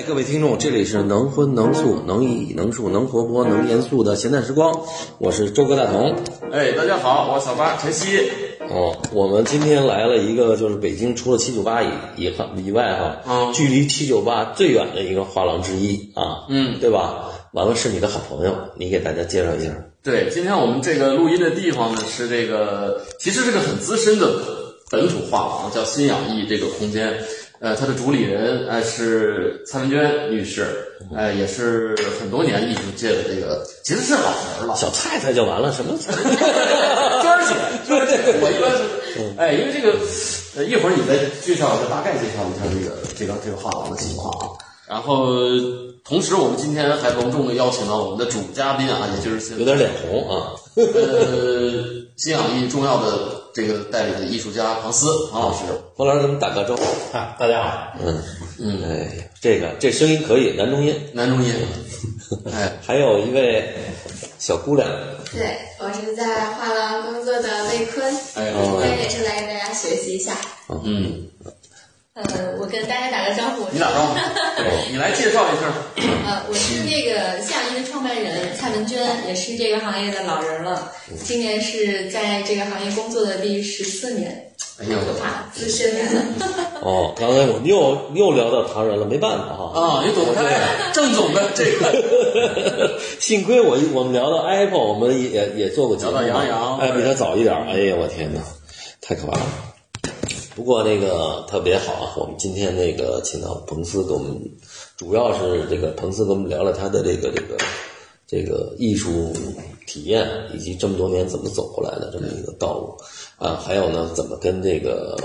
各位听众，这里是能荤能素能艺能术能活泼能严肃的闲淡时光，我是周哥大同。 大家好，我是小八晨曦。 我们今天来了一个，就是北京除了798以外哈，距离798最远的一个画廊之一啊，对吧？完了是你的好朋友，你给大家介绍一下。 对，今天我们这个录音的地方呢是这个，其实是个很资深的本土画廊，叫新氧艺这个空间。他的主理人是蔡文娟女士，也是很多年艺术界的这个，其实是老人了。 小蔡蔡就完了，什么娟姐，我一般是，因为这个，一会儿你再大概介绍一下这个画廊的情况啊。然后，同时我们今天还隆重的邀请到我们的主嘉宾啊，也就是有点脸红啊， 新氧艺重要的这个代理的艺术家庞思庞老师。 庞老师，咱们打个招呼。 大家好。 这声音可以，男中音。还有一位小姑娘。 对，我是在画廊工作的魏坤，今天也是来给大家学习一下。我跟大家打个招呼。 你打招呼。你来介绍一下。 我是那个新氧艺的创办人蔡文娟，也是这个行业的老人了。今年是在这个行业工作的第14年。可怕，资深人了。 刚才我们又聊到唐人了，没办法哈。 你躲不开郑总的这个。 幸亏我们聊到 Apple， 我们也做过节目， 聊到杨洋， 比他早一点。哎呀，我天哪，太可怕了。不过那个特别好啊，我们今天那个请到彭思给我们，主要是这个彭思给我们聊聊他的这个艺术体验，以及这么多年怎么走过来的这么一个道路啊，还有呢怎么跟这个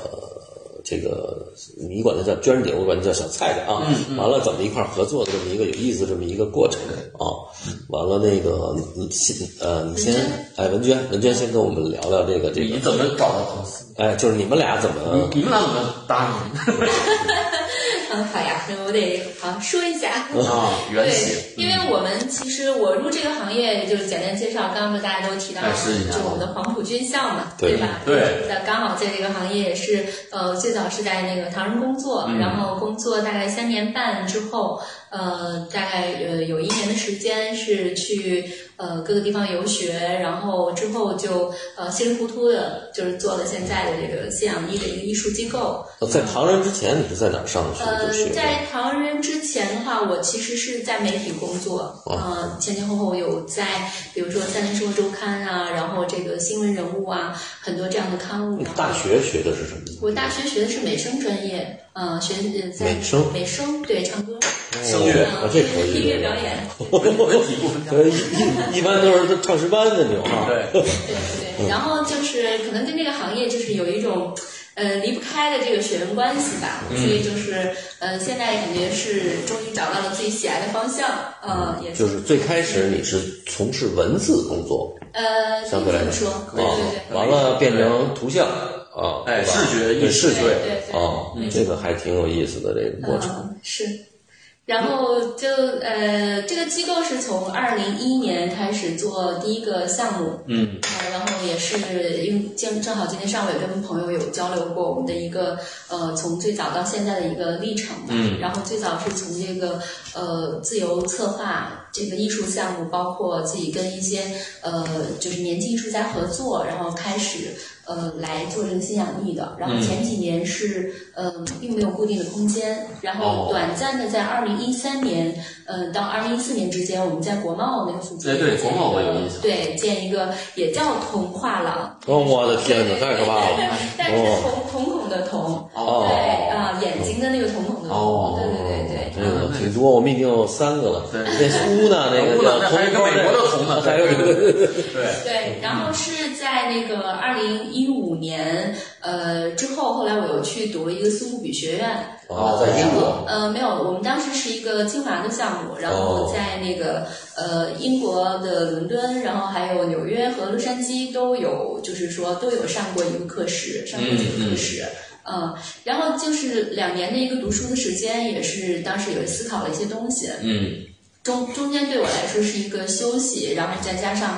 你管他叫娟姐，我管他叫小蔡的啊，完了怎么一块合作的这么一个有意思这么一个过程啊，完了那个你先文娟先跟我们聊聊这个你怎么找到彭思？ 就是你们俩怎么搭上？ 好呀，我得说一下缘起。 对，因为其实我入这个行业就简单介绍，刚刚大家都提到就我们的黄埔军校嘛，对吧？ 对。 刚好在这个行业也是最早是在那个唐人工作，然后工作大概3年半之后，大概有1年的时间是去各个地方游学，然后之后就稀里糊涂的就是做了现在的这个新氧艺的一个艺术机构。 在唐人之前你是在哪儿上学？ 在唐人之前的话，我其实是在媒体工作，前前后后有在比如说《三联生活周刊》啊，然后这个新闻人物啊，很多这样的刊物。 你大学学的是什么？ 我大学学的是美声专业，在美声对唱歌。 声乐这可以。 音乐表演。 文体不分家。 一般都是唱诗班的那种哈。 对。然后就是可能跟这个行业就是有一种离不开的这个血缘关系吧，所以就是现在感觉是终于找到了自己喜爱的方向，也就是最开始你是从事文字工作，相对来说， 对， 完了变成图像视觉对， 这个还挺有意思的这个过程， 是。然后就这个机构是从2011年开始做第一个项目，然后也是因为正好今天上午也跟朋友有交流过我们的一个从最早到现在的一个历程吧，然后最早是从这个自由策划这个艺术项目，包括自己跟一些就是年轻艺术家合作，然后开始来做这个新氧艺的，然后前几年是并没有固定的空间，然后短暂的在2013年到2014年之间，我们在国贸那个附近， 对国贸我有印象， 对，建一个也叫童画廊。 我的天哪，太可怕了！ 但是瞳孔的瞳，对眼睛的那个瞳孔的瞳，对， 这个挺多，我们已经有3个了。对，那乌呢，那个叫还有一个美国的瞳呢， 还有一个对，然后是在那个2015年之后，后来我又去读了一个苏富比学院。 在英国？ 没有，我们当时是一个清华的项目，然后在那个英国的伦敦，然后还有纽约和洛杉矶都有，就是说都有上过一个课时，上过几个课时。然后就是2年的一个读书的时间，也是当时有思考了一些东西。中间对我来说是一个休息，然后再加上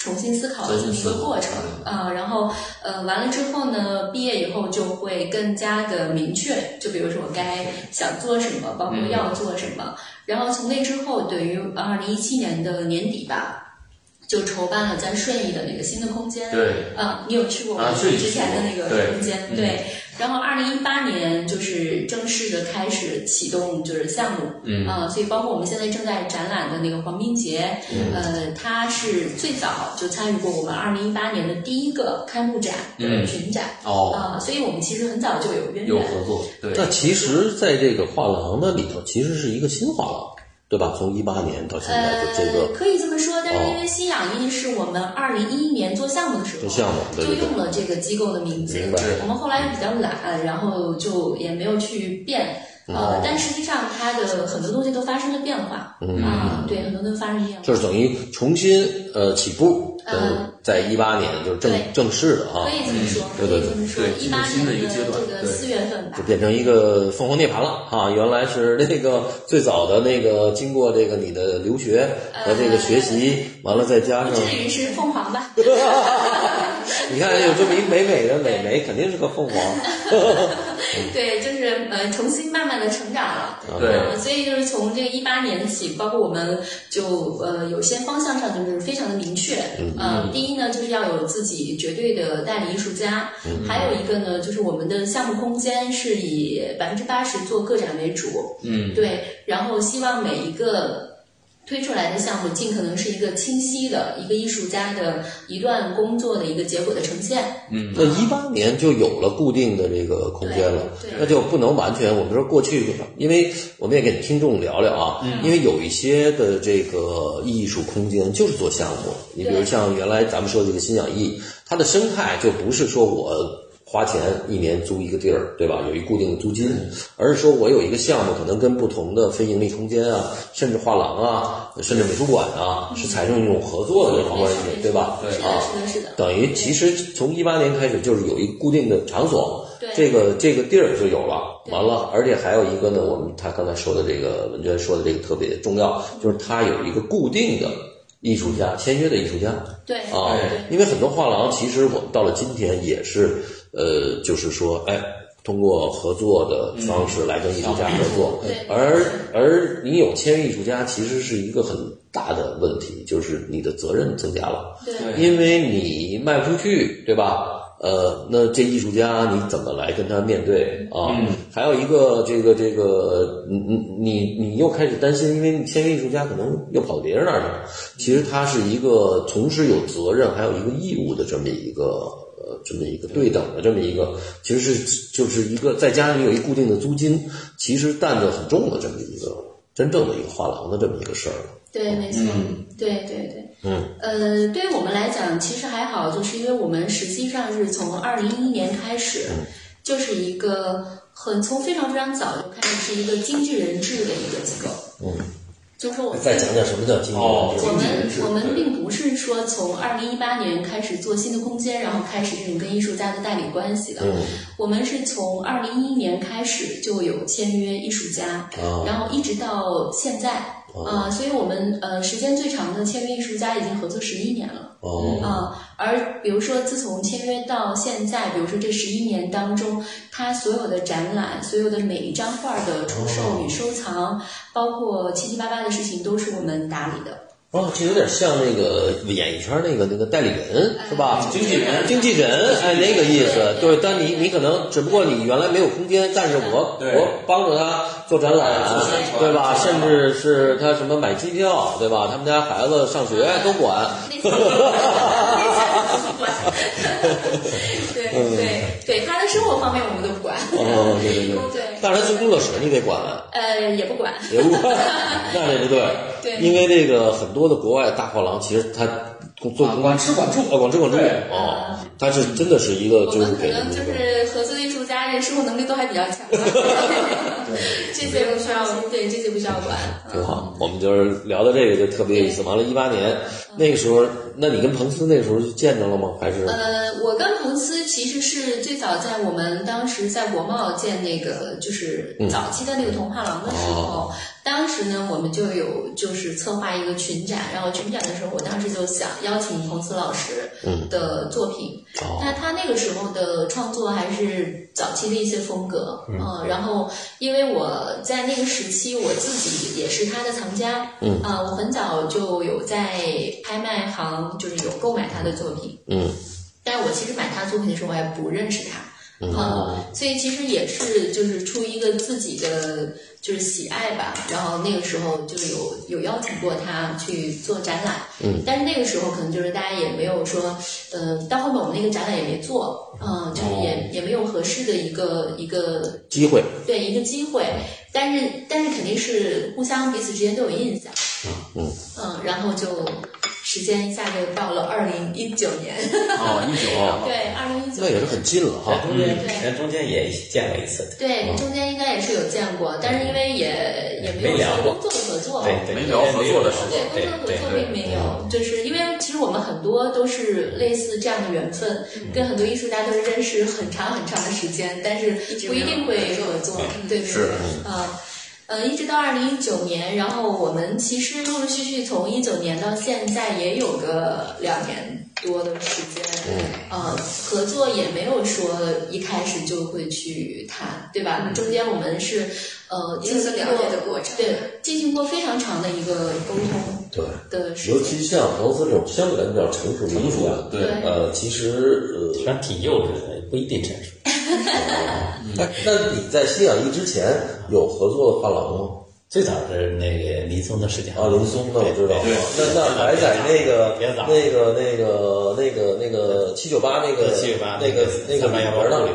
重新思考的这么一个过程啊。然后完了之后呢，毕业以后就会更加的明确，就比如说我该想做什么，包括要做什么。然后从那之后，对于2017年的年底吧。就筹办了在顺义的那个新的空间， 对， 你有去过我们之前的那个空间，对。然后2018年就是正式的开始启动就是项目，所以包括我们现在正在展览的那个黄宾节，它是最早就参与过我们2018年的第一个开幕展的群展，所以我们其实很早就有渊源， 有合作，对。 那其实在这个画廊的里头，其实是一个新画廊。对吧？从18年到现在的这个， 可以这么说，但是因为新氧艺是我们2011年做项目的时候，就用了这个机构的名字。我们后来比较懒，然后就也没有去变。但实际上它的很多东西都发生了变化。对，很多都发生了变化。 就是等于重新起步。在18年就是正式的可以这么说， 对 18年的这个4月份吧， 就变成一个凤凰涅槃了啊！原来是那个最早的那个，经过这个你的留学和这个学习，完了再加上， 不至于是凤凰吧？ 你看有这么一美美的美眉，肯定是个凤凰。 对，就是重新慢慢的成长了。 对， 所以就是从这个18年起，包括我们就有些方向上就是非常的明确。第一呢，就是要有自己绝对的代理艺术家，还有一个呢，就是我们的项目空间是以80%做个展为主。对，然后希望每一个推出来的项目尽可能是一个清晰的一个艺术家的一段工作的一个结果的呈现。 那18年就有了固定的这个空间了，那就不能完全我们说过去，因为我们也跟听众聊聊啊，因为有一些的这个艺术空间就是做项目，你比如像原来咱们说的这个新氧艺，它的生态就不是说我花钱1年租一个地儿，对吧？有一固定的租金，而是说我有一个项目，可能跟不同的非盈利空间啊，甚至画廊啊，甚至美术馆啊，是采用一种合作的这种关系，对吧？ 对是的。 等于其实从18年开始，就是有一个固定的场所，这个地儿就有了。完了，而且还有一个呢，他刚才说的这个文娟说的这个特别重要，就是他有一个固定的艺术家签约的艺术家， 对因为很多画廊其实我们到了今天也是就是说通过合作的方式来跟艺术家合作，而你有签约艺术家其实是一个很大的问题，就是你的责任增加了，因为你卖不出去，对吧？那这艺术家你怎么来跟他面对啊？还有一个这个你又开始担心，因为你签约艺术家可能又跑别人那儿去。其实他是一个同时有责任还有一个义务的这么一个对等的这么一个，其实就是一个再加上你有一固定的租金，其实担着很重的这么一个真正的一个画廊的这么一个事儿。 对，没错，对。对于我们来讲，其实还好，就是因为我们实际上是从2011年开始，就是一个从非常非常早就开始是一个经纪人制的一个机构。就是我们再讲讲什么叫经纪人制。 我们并不是说从2018年开始做新的空间，然后开始这种跟艺术家的代理关系的。我们是从2011年开始就有签约艺术家，然后一直到现在。所以我们时间最长的签约艺术家已经合作11年了。而比如说自从签约到现在，比如说这11年当中，他所有的展览，所有的每一张画的出售与收藏，包括七七八八的事情，都是我们打理的。 这有点像那个演艺圈那个代理人是吧？ 经纪人， 那个意思。对，但你可能只不过你原来没有空间，但是我帮着他做展览，对吧？甚至是他什么买机票，对吧？他们家孩子上学都管。 对，他的生活方面我们都不管。对。 但是他进工作室你得管。 也不管。 那这不对。 对。 因为这个很多的国外大画廊，其实他做管吃管住。 它是真的是一个就是给我们可能就是是合作艺术家这生活能力都还比较强，这些不需要对这些不需要管。 挺好，我们就是聊到这个就特别有意思。完了，18年那个时候，那你跟彭斯那个时候就见着了吗？还是？ 我跟彭斯其实是最早在我们当时在国贸建那个就是早期的那个童话廊的时候，当时呢我们就有就是策划一个群展，然后群展的时候，我当时就想邀请彭斯老师的作品。那他那个时候的创作还是早期的一些风格，然后因为我在那个时期我自己也是他的藏家，我很早就有在拍卖行就是有购买他的作品，但是我其实买他作品的时候我还不认识他。所以其实也是就是出于一个自己的就是喜爱吧，然后那个时候就有邀请过他去做展览，但是那个时候可能就是大家也没有说，到后面我们那个展览也没做，就是也没有合适的一个机会， 对，一个机会，但是肯定是互相彼此之间都有印象，然后就时间一下就到了2019年。对，2019 那也是很近了哈。 中间也见过一次。 对，中间应该也是有见过，但是因为也没有说工作的合作， 对， 没聊合作的事情。 对，工作合作并没有，就是因为其实我们很多都是类似这样的缘分，跟很多艺术家都是认识很长很长的时间，但是不一定会合作。对对对，一直到2019年，然后我们其实陆陆续续从19年到现在也有个2年多的时间，合作也没有说一开始就会去谈，对吧？中间我们是进行了解的过程，对，进行过非常长的一个沟通， 对的时间。 尤其像彭斯这种相对来讲比较成熟的艺术家， 对， 其实虽然挺幼稚的，不一定成熟。 那你在新氧艺之前有合作画廊吗？ 最早是那个林松的时间林松的我知道。那还在那个798那个里边呢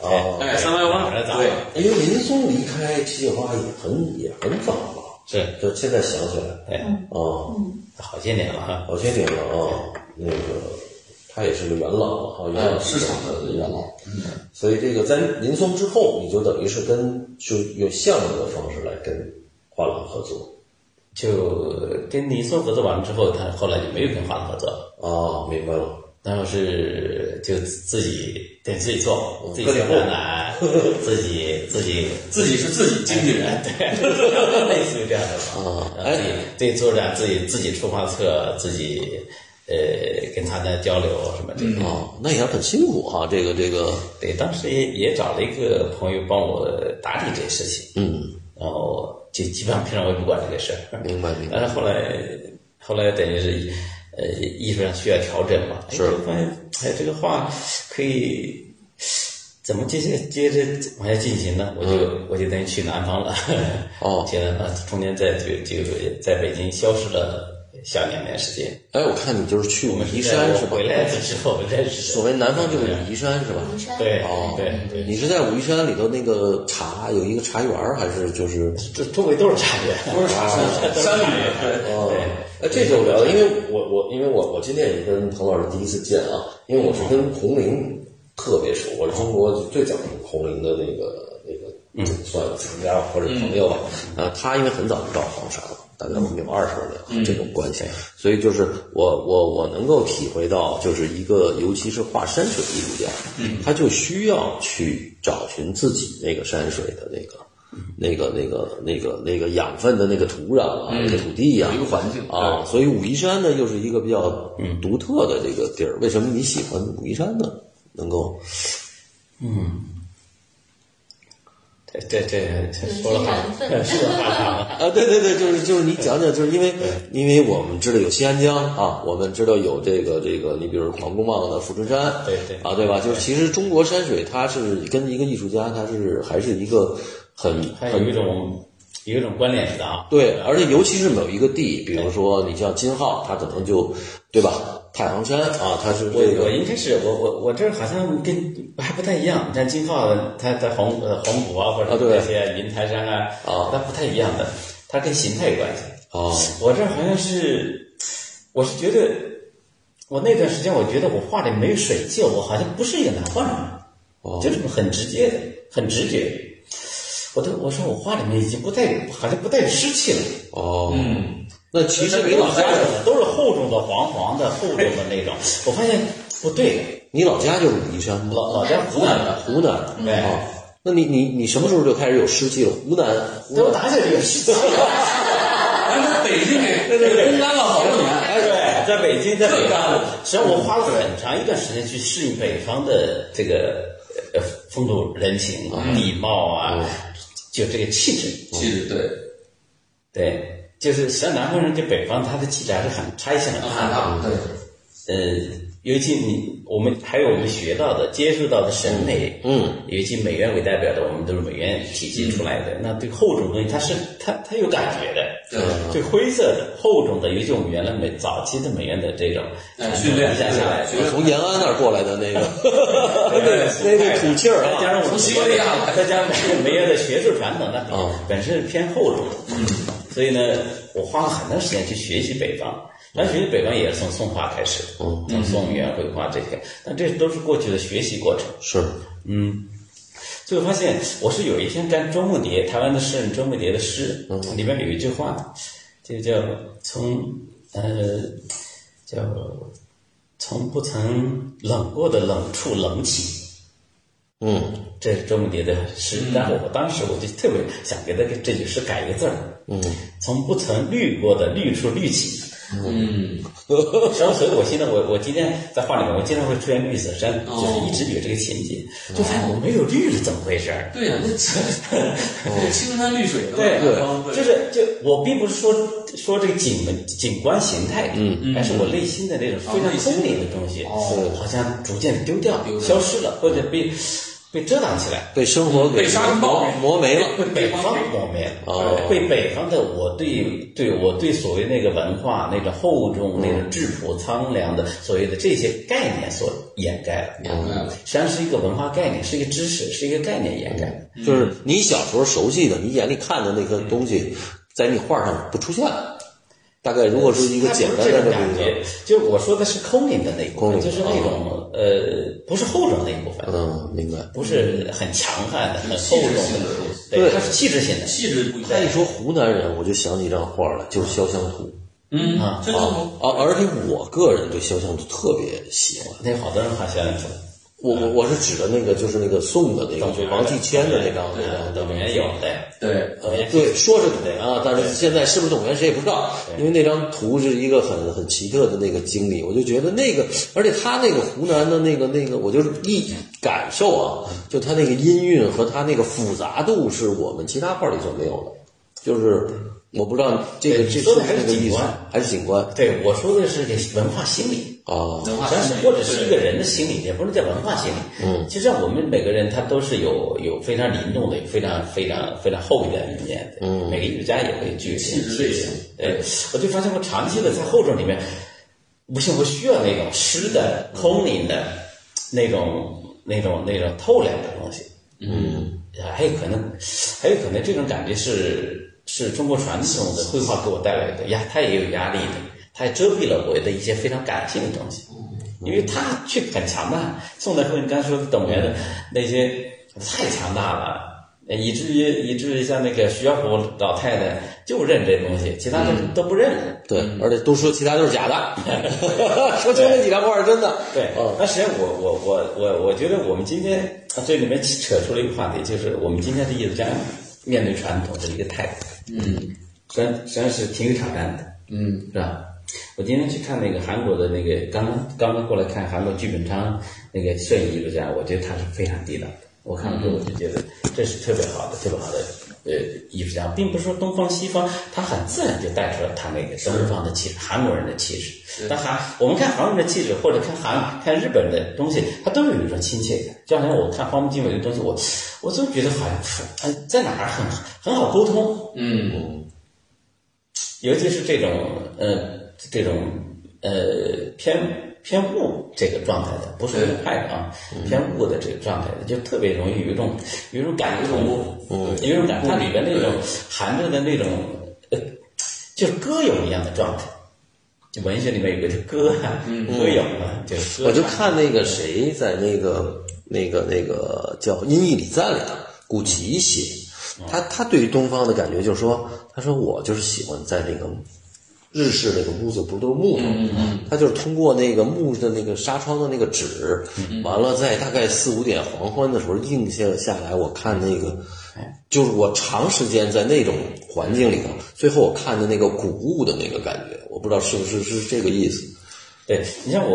381 对，因为林松离开798也很早了， 是， 就现在想起来， 好些年了哈， 好些年了啊，那个他也是个元老了哈， 市场的元老。 所以这个在林松之后，你就等于是就用项目的方式来跟画廊合作， 就跟林松合作完了之后，他后来就没有跟画廊合作。 明白了。 然后是就自己做，自己做展览，自己是自己经纪人， 对，类似于这样的然后自己做展，自己出画册，自己跟他的交流什么这个。 那也很辛苦哈，这个。 对，当时也找了一个朋友帮我打理这些事情。然后就基本上平常我也不管这个事儿。 明白。 但是后来等于是艺术上需要调整嘛，就发现这个画可以怎么接着往下进行呢？我就等于去南方了。现在中间就在北京消失了小2年时间。 我看你就是去武夷山是吧？ 回来的时候认识的。 所谓南方就是武夷山是吧？ 对。 对。你是在武夷山里头那个有一个茶园还是就是这周围都是茶园， 都是茶山里。 这就聊，因为我今天也跟彭老师第一次见啊，因为我是跟红伶特别熟，我是中国最早红伶的那个算藏家或者朋友吧。他因为很早就到黄山了，大概我们有20多年这种关系，所以就是我能够体会到，就是一个尤其是画山水艺术家，他就需要去找寻自己那个山水的那个养分的那个土壤那个土地一个环境所以武夷山呢又是一个比较独特的这个地儿。为什么你喜欢武夷山呢？能够这说了话长对，就是你讲讲，就是因为我们知道有新安江我们知道有这个，你比如黄公望的富春山，对吧？就是其实中国山水它是跟一个艺术家，它是还是一个还有一种关联的对，而且尤其是某一个地，比如说你像金浩，他可能就对吧？太行山它是这个。 我应该是我这好像跟还不太一样，但金浩他在黄埔或者那些云台山它不太一样的，它跟形态有关系。我这好像是，我是觉得我那段时间我觉得我画的没有水气，我好像不是一个男画人。 就是很直接的，很直觉。我说我画里面已经好像不带湿气了。 那其实你老家都是厚重的黄黄的厚重的那种，我发现不对。 你老家就是武夷山吗？ 老家湖南的。 对啊。那你什么时候就开始有湿气了？湖南都打起来有湿气。 在北京给风干了好多年。 对，在北京，实际上我花了很长一段时间去适应北方的这个风土人情、礼貌啊，就这个气质，对，就是实际上南方人跟北方他的气质还是很差异性很大的。尤其我们学到的、接触到的审美，尤其美院为代表的，我们都是美院体系出来的。那对厚重东西，它有感觉的，对灰色的、厚重的，尤其我们原来早期的美院的这种训练下来， 从延安那儿过来的那个那个土气儿， 再加上我们西伯利亚，再加上美院的学术传统，那本身是偏厚重，所以呢，我花了很长时间去学习北方。咱学习北方也是从宋画开始，从宋元绘画这些，但这都是过去的学习过程。 是， 最后发现，我是有一天看周梦蝶，台湾的诗人周梦蝶的诗，里边有一句话，就叫从不曾冷过的冷处冷起。这是周梦蝶的诗，然后我当时我就特别想给他这句诗改一个字儿，从不曾绿过的绿处绿起。所以我现在我今天在画里面，我经常会出现绿色山，就是一直有这个情节，就发现我没有绿了，怎么回事？ 对呀，那青山绿水的。 对，就我并不是说这个景观形态，而是我内心的那种非常空灵的东西，好像逐渐丢掉、消失了，或者被遮挡起来， 被生活给磨没了， 被北方磨没了。被北方的我对所谓那个文化那种厚重、那种质朴苍凉的所谓的这些概念所掩盖了。实际上是一个文化概念，是一个知识，是一个概念掩盖。 就是你小时候熟悉的，你眼里看的那个东西，在你画上不出现了。大概如果是一个简单的感觉，就是我说的是空灵的那一部分，就是那种不是厚重的那一部分。 明白。 不是很强悍的、很厚重的，对，它是气质性的。 气质不一样。 他一说湖南人，我就想起一张画来，就是肖像图。而且我个人对肖像图特别喜欢。 那好多人画肖像图。 我是指的那个，就是那个宋的那个王继谦的那张， 董源有的， 对，说是对啊，但是现在是不是董源谁也不知道，因为那张图是一个很奇特的那个经历，我就觉得那个，而且他那个湖南的那个，我就是感受啊，就他那个音韵和他那个复杂度是我们其他画里所没有的，就是我不知道这个是还是景观还是景观？ 对，我说的是这文化心理但是或者是一个人的心理，也不能叫文化心理。其实我们每个人他都是有非常灵动的，有非常厚一点的一面的。每个艺术家也会具有气质类型。我就发现我长期的在厚重里面，不行，我需要那种湿的、空灵的那种透亮的东西。还有可能这种感觉是中国传统的绘画给我带来的它也有压力的，它也遮蔽了我的一些非常感性的东西，因为它却很强大。宋代你刚才说的董源的那些太强大了，以至于像那个徐小虎老太太就认这东西，其他的都不认。 对，而且都说其他都是假的，说就那几张画是真的。 对，那实际上我觉得我们今天这里面扯出了一个话题，就是我们今天的艺术家面对传统的一个态度，实际上是挺有挑战的，是吧？我今天去看那个韩国的那个刚刚过来看韩国剧本昌那个摄影艺术家，我觉得他是非常地道的。我看了之后我就觉得这是特别好的艺术家，并不是说东方西方，他很自然就带出了他那个东方的气质，韩国人的气质。但我们看韩国人的气质，或者看日本的东西，它都有一种亲切感。就好像我看荒木经惟的东西，我总觉得好像在哪儿很好沟通。尤其是这种偏物这个状态的，不是物派的偏物的这个状态的，就特别容易有一种感触，有一种感，它里边那种含着的那种就是歌咏一样的状态。就文学里面有个歌咏嘛，就是歌。 我就看那个谁在那个那个叫《音译礼赞》里的古籍写，他对于东方的感觉就是说，他说我就是喜欢在这个日式那个屋子不都是木头，他就是通过那个木的那个纱窗的那个纸，完了在大概4、5点黄昏的时候映下来，我看那个，就是我长时间在那种环境里头，最后我看的那个古物的那个感觉，我不知道是不是这个意思。 对，你像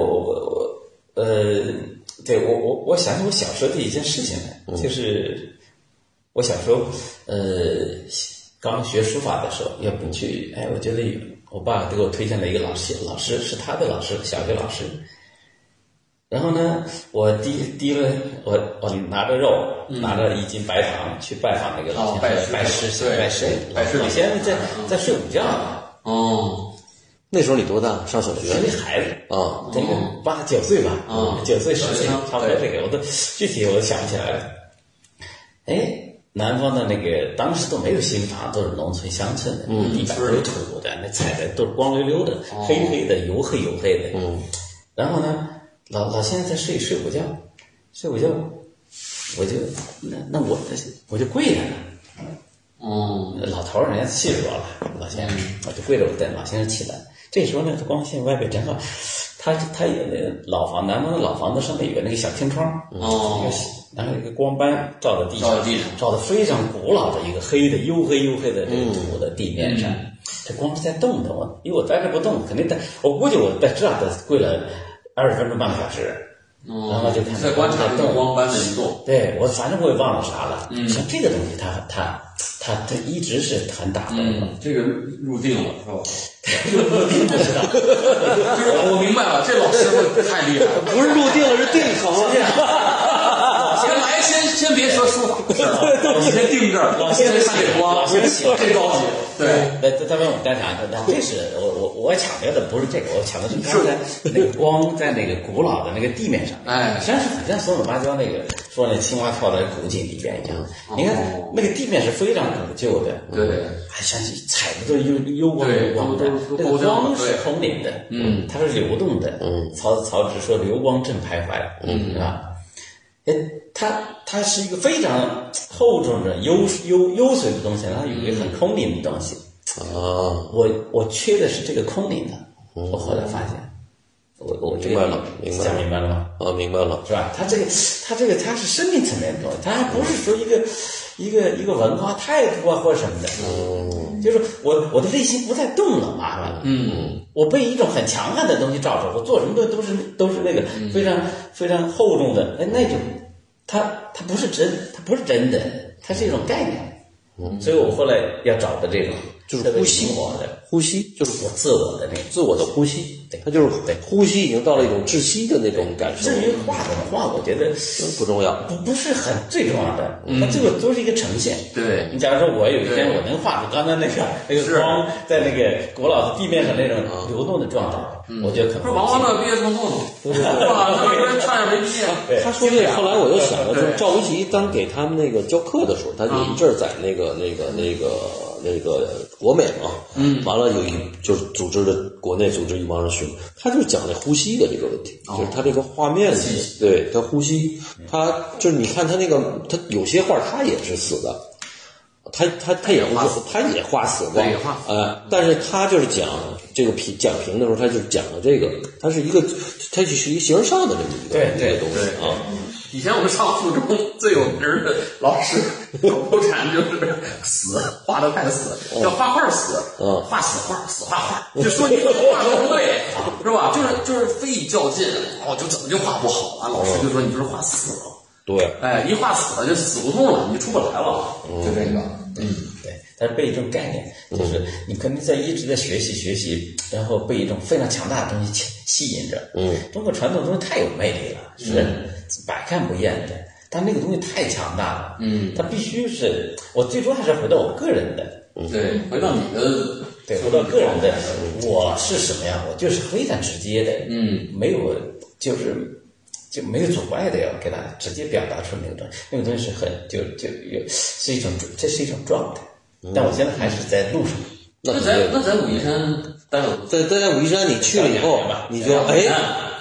对我想起我小时候的一件事情来，就是我小时候刚学书法的时候，要不去，我觉得我爸给我推荐了一个老师是他的老师，小学老师。然后呢，我我拿着肉，拿着1斤白糖去拜访那个老先生，拜师。老先生在睡午觉呢。 哦， 那时候你多大？上小学？ 那孩子啊，这个8、9岁吧，9岁10岁，差不多这个，我都具体我想不起来了。南方的那个当时都没有新房，都是农村乡村的，地板都是土的，那踩的都是光溜溜的，黑黑的，油黑的。然后呢，老先生在睡午觉，我就那我就跪着呢。老头儿人家气死我了，老先生，我就跪着，我等老先生起来。这时候呢，光线外边正好，他有那个老房，南方的老房子上面有那个小天窗，然后一个光斑照在地上，照得非常古老的一个黑的黝黑的这个土的地面上，这光是在动的，因为我在这不动，肯定我估计我在这跪了20分钟半个小时。然后就看在观察这个光斑的移动。 对，反正我也忘了啥了。像这个东西，它一直是很打动的。 这个入定了是吧？ 入定不知道。 就是我明白了，这老师傅太厉害了， 不是入定了，是定成了。 先别说书法，你先定这儿，先看这光，这高级。对， 他问我干啥？这是我强调的不是这个，我强调的是刚才那个光在那个古老的那个地面上，实际上是很像松鼠芭蕉那个说那青蛙跳在古井里边一样。你看那个地面是非常古旧的， 对， 还像踩的都幽光的，那个光是空灵的，它是流动的，曹植说流光正徘徊，是吧？它是一个非常厚重的幽邃的东西，它有一个很空灵的东西。我缺的是这个空灵的。我后来发现，我明白了， 讲明白了吗？ 明白了， 是吧？它这个它是生命层面的东西，它还不是说一个文化态度啊或者什么的。就是我的内心不再动了，麻烦了。我被一种很强悍的东西罩着，我做什么都是那个非常非常厚重的，那种它不是真的，它是一种概念。所以我后来要找的这种就是呼吸就是我自我的那个自我的呼吸，它就是呼吸已经到了一种窒息的那种感受。 至于画怎么画，我觉得不重要， 不是很最重要的，它这个都是一个呈现。 对， 你假如说我有一天我能画出刚才那个光在那个古老的地面上那种流动的状态，我觉得可能王乐毕业从动，是吧？差点没毕业。 他说这个，后来我又想了，就是赵无极当给他们那个教课的时候，他有一阵儿在那个国美嘛，完了就是国内组织一帮人学，他就讲那呼吸的这个问题，就是他这个画面里，对他呼吸，他就是你看他那个，他有些画他也是死的，他也画死过，但是他就是讲这个讲评的时候，他就讲了这个，它是一个形而上的这么一个东西啊。 以前我们上附中最有名的老师口产就是死，画的太死，叫画画死，画死画，死画画，就说你画的不对，是吧？就是非以较劲，就怎么就画不好啊？老师就说你就是画死了， 对， 一画死了就死胡同了，你就出不来了，就这个， 对，它是被一种概念，就是你肯定一直在学习，然后被一种非常强大的东西吸引着。中国传统东西太有魅力了，是百看不厌的，但那个东西太强大了。它必须是我最终还是回到我个人的， 对，回到你的， 对，回到个人的，我是什么样，我就是非常直接的，没有就没有阻碍的要给他直接表达出那个东西，那个东西是很是一种，这是一种状态。但我现在还是在路上。 那在武夷山待了， 在武夷山你去了以后，你就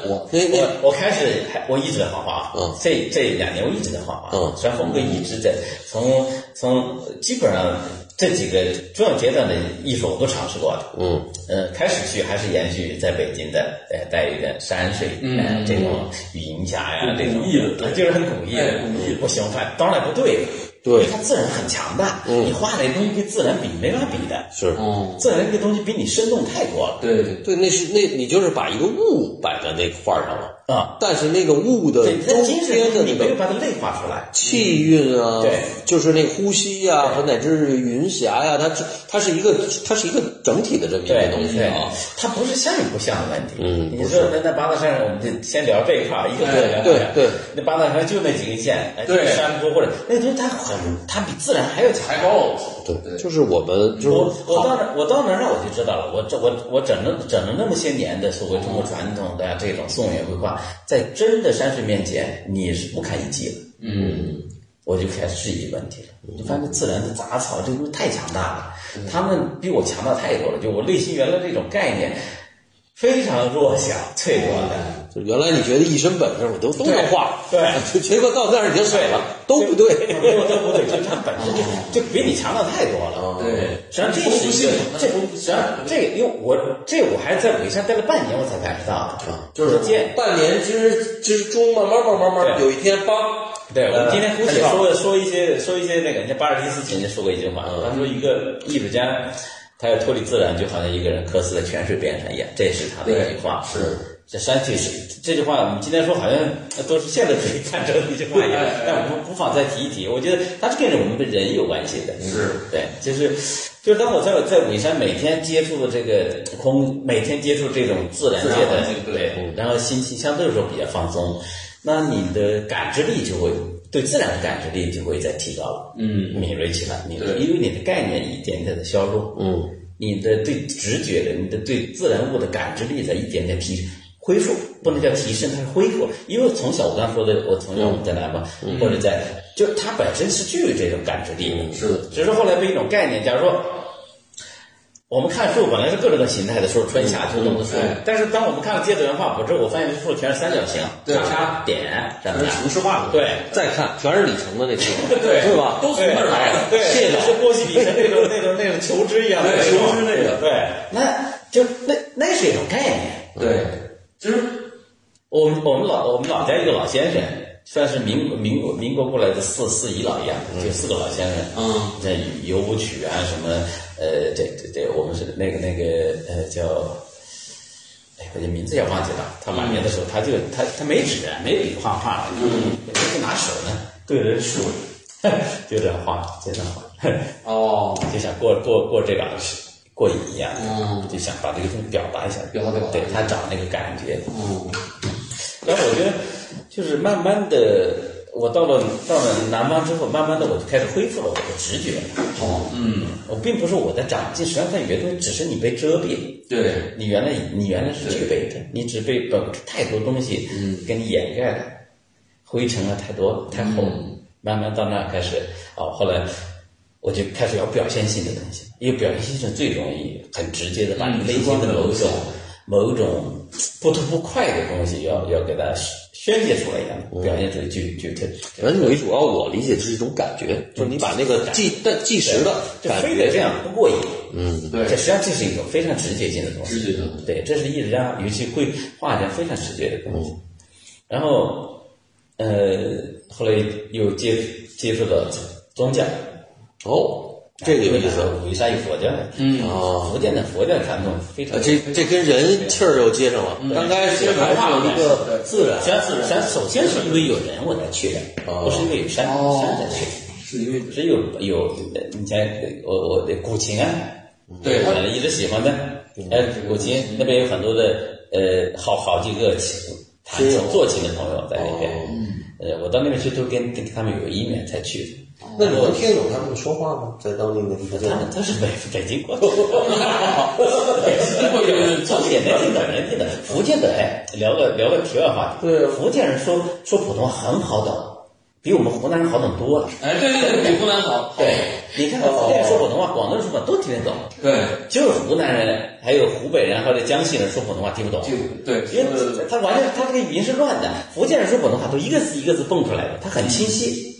我开始我一直在画画，这2年我一直在画画，虽然风格一直在从基本上这几个重要阶段的艺术我都尝试过了，开始去还是延续在北京的带一点山水，这种云霞呀，这种就是很古意的，我喜欢画，当然不对。对，它自然很强大，你画那东西跟自然比没法比的， 是， 自然这个东西比你生动太多了。 对，你就是把一个物摆在那个画上了啊，但是那个物的中间的你没有把它类化出来， 气韵啊， 对， 就是那个呼吸呀，和乃至云霞呀，它是一个整体的这么一个东西啊， 它不是像与不像的问题。你说那八大山上，我们就先聊这一块，一个对， 那八大山就那几个线，对，山坡或者那个东西它比自然还要强高。 对，就是我们就是我到那儿我就知道了，我整了那么些年的所谓中国传统的这种宋元绘画，在真的山水面前你是不堪一击了。我就开始质疑问题了，就发现自然的杂草这个东西太强大了，他们比我强大太多了，就我内心原来这种概念非常弱小脆弱的。 就原来你觉得一身本事我都能画， 对， 结果到那儿已经水了，都不对， 都不对，就是它本身就比你强大太多了。 对， 实际上这是一个，实际上这个，因为我还在尾山待了半年，我才感受到的， 就是半年之中慢慢有一天对，我们今天姑且说一些那个，人家巴尔蒂斯曾经说过一句话，他说一个艺术家他要脱离自然，就好像一个人渴死在泉水边上一样，这是他的一句话。 是。 这山水是这句话，我们今天说好像都是现代主义看成的一句话一样，但我们不妨再提一提。我觉得它是跟着我们的人有关系的。对，就是当我在尾山每天接触的这个每天接触这种自然界的对，然后心情相对来说比较放松，那你的感知力就会对自然的感知力就会在提高了，敏锐起来。因为你的概念一点点的削弱，你的对直觉的，你的对自然物的感知力在一点点恢复，不能叫提升，它是恢复。因为从小我刚说的，我从小我们在南方，或者就它本身是具有这种感知力的， 是的。 只是后来被一种概念，假如说我们看树本来是各种形态的树，春夏秋冬的树，但是当我们看了芥子园画谱之后，我发现这树全是三角形，叉叉点什么的， 城市化的。 对， 再看全是里程的那种， 对吧？ 都从那儿来的， 对，是波西里程那种球枝一样的球枝那个， 对，那就那是一种概念， 对。其实我们老家一个老先生，算是民国过来的四姨老样，就4个老先生，在游舞曲啊什么，这我们是那个叫，我这名字也忘记了。他晚年的时候，他没纸没笔画画，就拿手呢对着树，就这样画，就想过这个过瘾一样，就想把这个东西表达一下，对他找那个感觉，然后我觉得就是慢慢的，我到了南方之后，慢慢的我就开始恢复了我的直觉。我并不是我在长进，实际上它有些东西只是你被遮蔽， 对， 你原来是具备的，你只被太多东西给你掩盖了，灰尘啊太多太厚，慢慢到那开始后来。我就开始要表现性的东西，因为表现性是最容易很直接的把你内心的某种不吐不快的东西要给它宣泄出来一样，表现出来就原主主要我理解这是一种感觉，就是你把那个即时的感觉， 非得这样不过瘾。 对， 这实际上这是一种非常直接性的东西。对，这是艺术家尤其绘画家非常直接的东西。然后后来又接触到宗教。 这个有意思。 尾山有佛教的，福建的佛教传统非常。 这跟人气儿又接上了。刚开始还是有一个自然， 首先是因为有人我才去的，不是因为有山才去， 是因为只有你像我的古琴啊， 对， 我一直喜欢的，古琴那边有很多的好几个弹奏做琴的朋友在那边，我到那边去都跟他们有姻缘才去的。 那你能听懂他们说话吗？在当地那地方， 他是北京过去，从简能听懂。福建的聊个题外话，对，福建人说普通话很好懂， 比我们湖南人好很多了。 哎，对，比湖南好。 对，你看福建人说普通话，广东人说普通话都听得懂。 对， 就是湖南人还有湖北人或者江西人说普通话听不懂。 对， 因为他完全他这个语音是乱的。福建人说普通话都一个字一个字蹦出来的，他很清晰。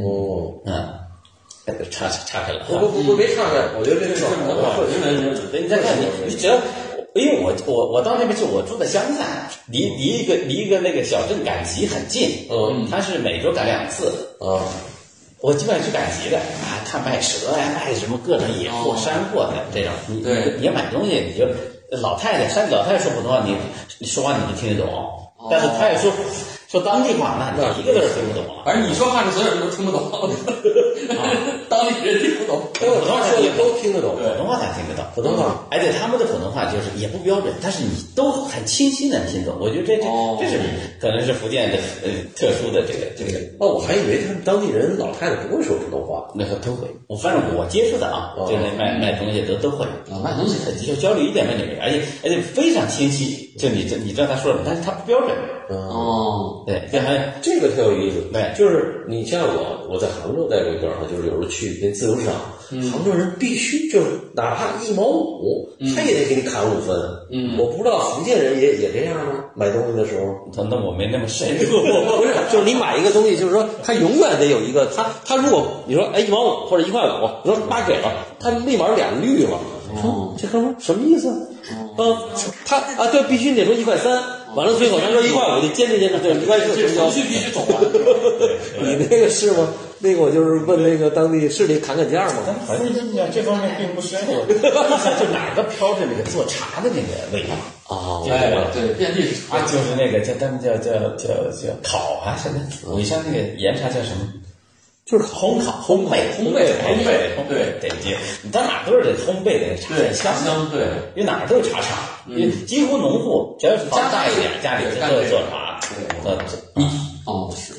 岔开了。 不，别岔开。我觉得这是文化。 你再看你只要。因为我到那边去，我住在乡下，离一个那个小镇赶集很近，他是每周赶2次，我基本上去赶集的啊，看卖蛇呀，卖什么各种野货、山货的这种，你要买东西，你就老太太说普通话，你说话你就听得懂，但是她也说当地话，那你一个字儿听不懂了。 反正你说话是所有人都听不懂，当地人听不懂， 普通话说的都听得懂， 普通话他听得懂， 普通话， 而且他们的普通话就是也不标准，但是你都很清晰能听懂。我觉得这是可能是福建的特殊的这个。 我还以为他们当地人老太太不会说普通话， 那个都会。反正我接触的啊，就是卖东西都会卖东西就交流一点问题没有，而且非常清晰，就你知道他说什么，但是他不标准。对， 这个挺有意思。 对， 就是你像我在杭州待过一段，就是有时候去那自由市场，杭州人必须就是哪怕1毛5，他也得给你砍5分。我不知道福建人也这样吗？买东西的时候， 那我没那么深入。 不是，就是你买一个东西，就是说他永远得有一个他如果你说1毛5或者1块5，你说8给了，他立马脸绿了。这哥们什么意思？对，必须得说1块3。完了，最后他说1块5，你坚持，对，1块4成交。 程序必须走完。 你那个是吗？那个我就是问那个当地是得砍价吗？ 好像这方面并不深入。就哪个飘着那个做茶的那个味道对，遍地是茶， 就是那个他们叫烤啊什么？你像那个岩茶叫什么？就是烘焙，对，你到哪都是这烘焙的茶香，对， 因为哪都有茶厂，因为几乎农户只要是家大一点，家里都做茶， 是，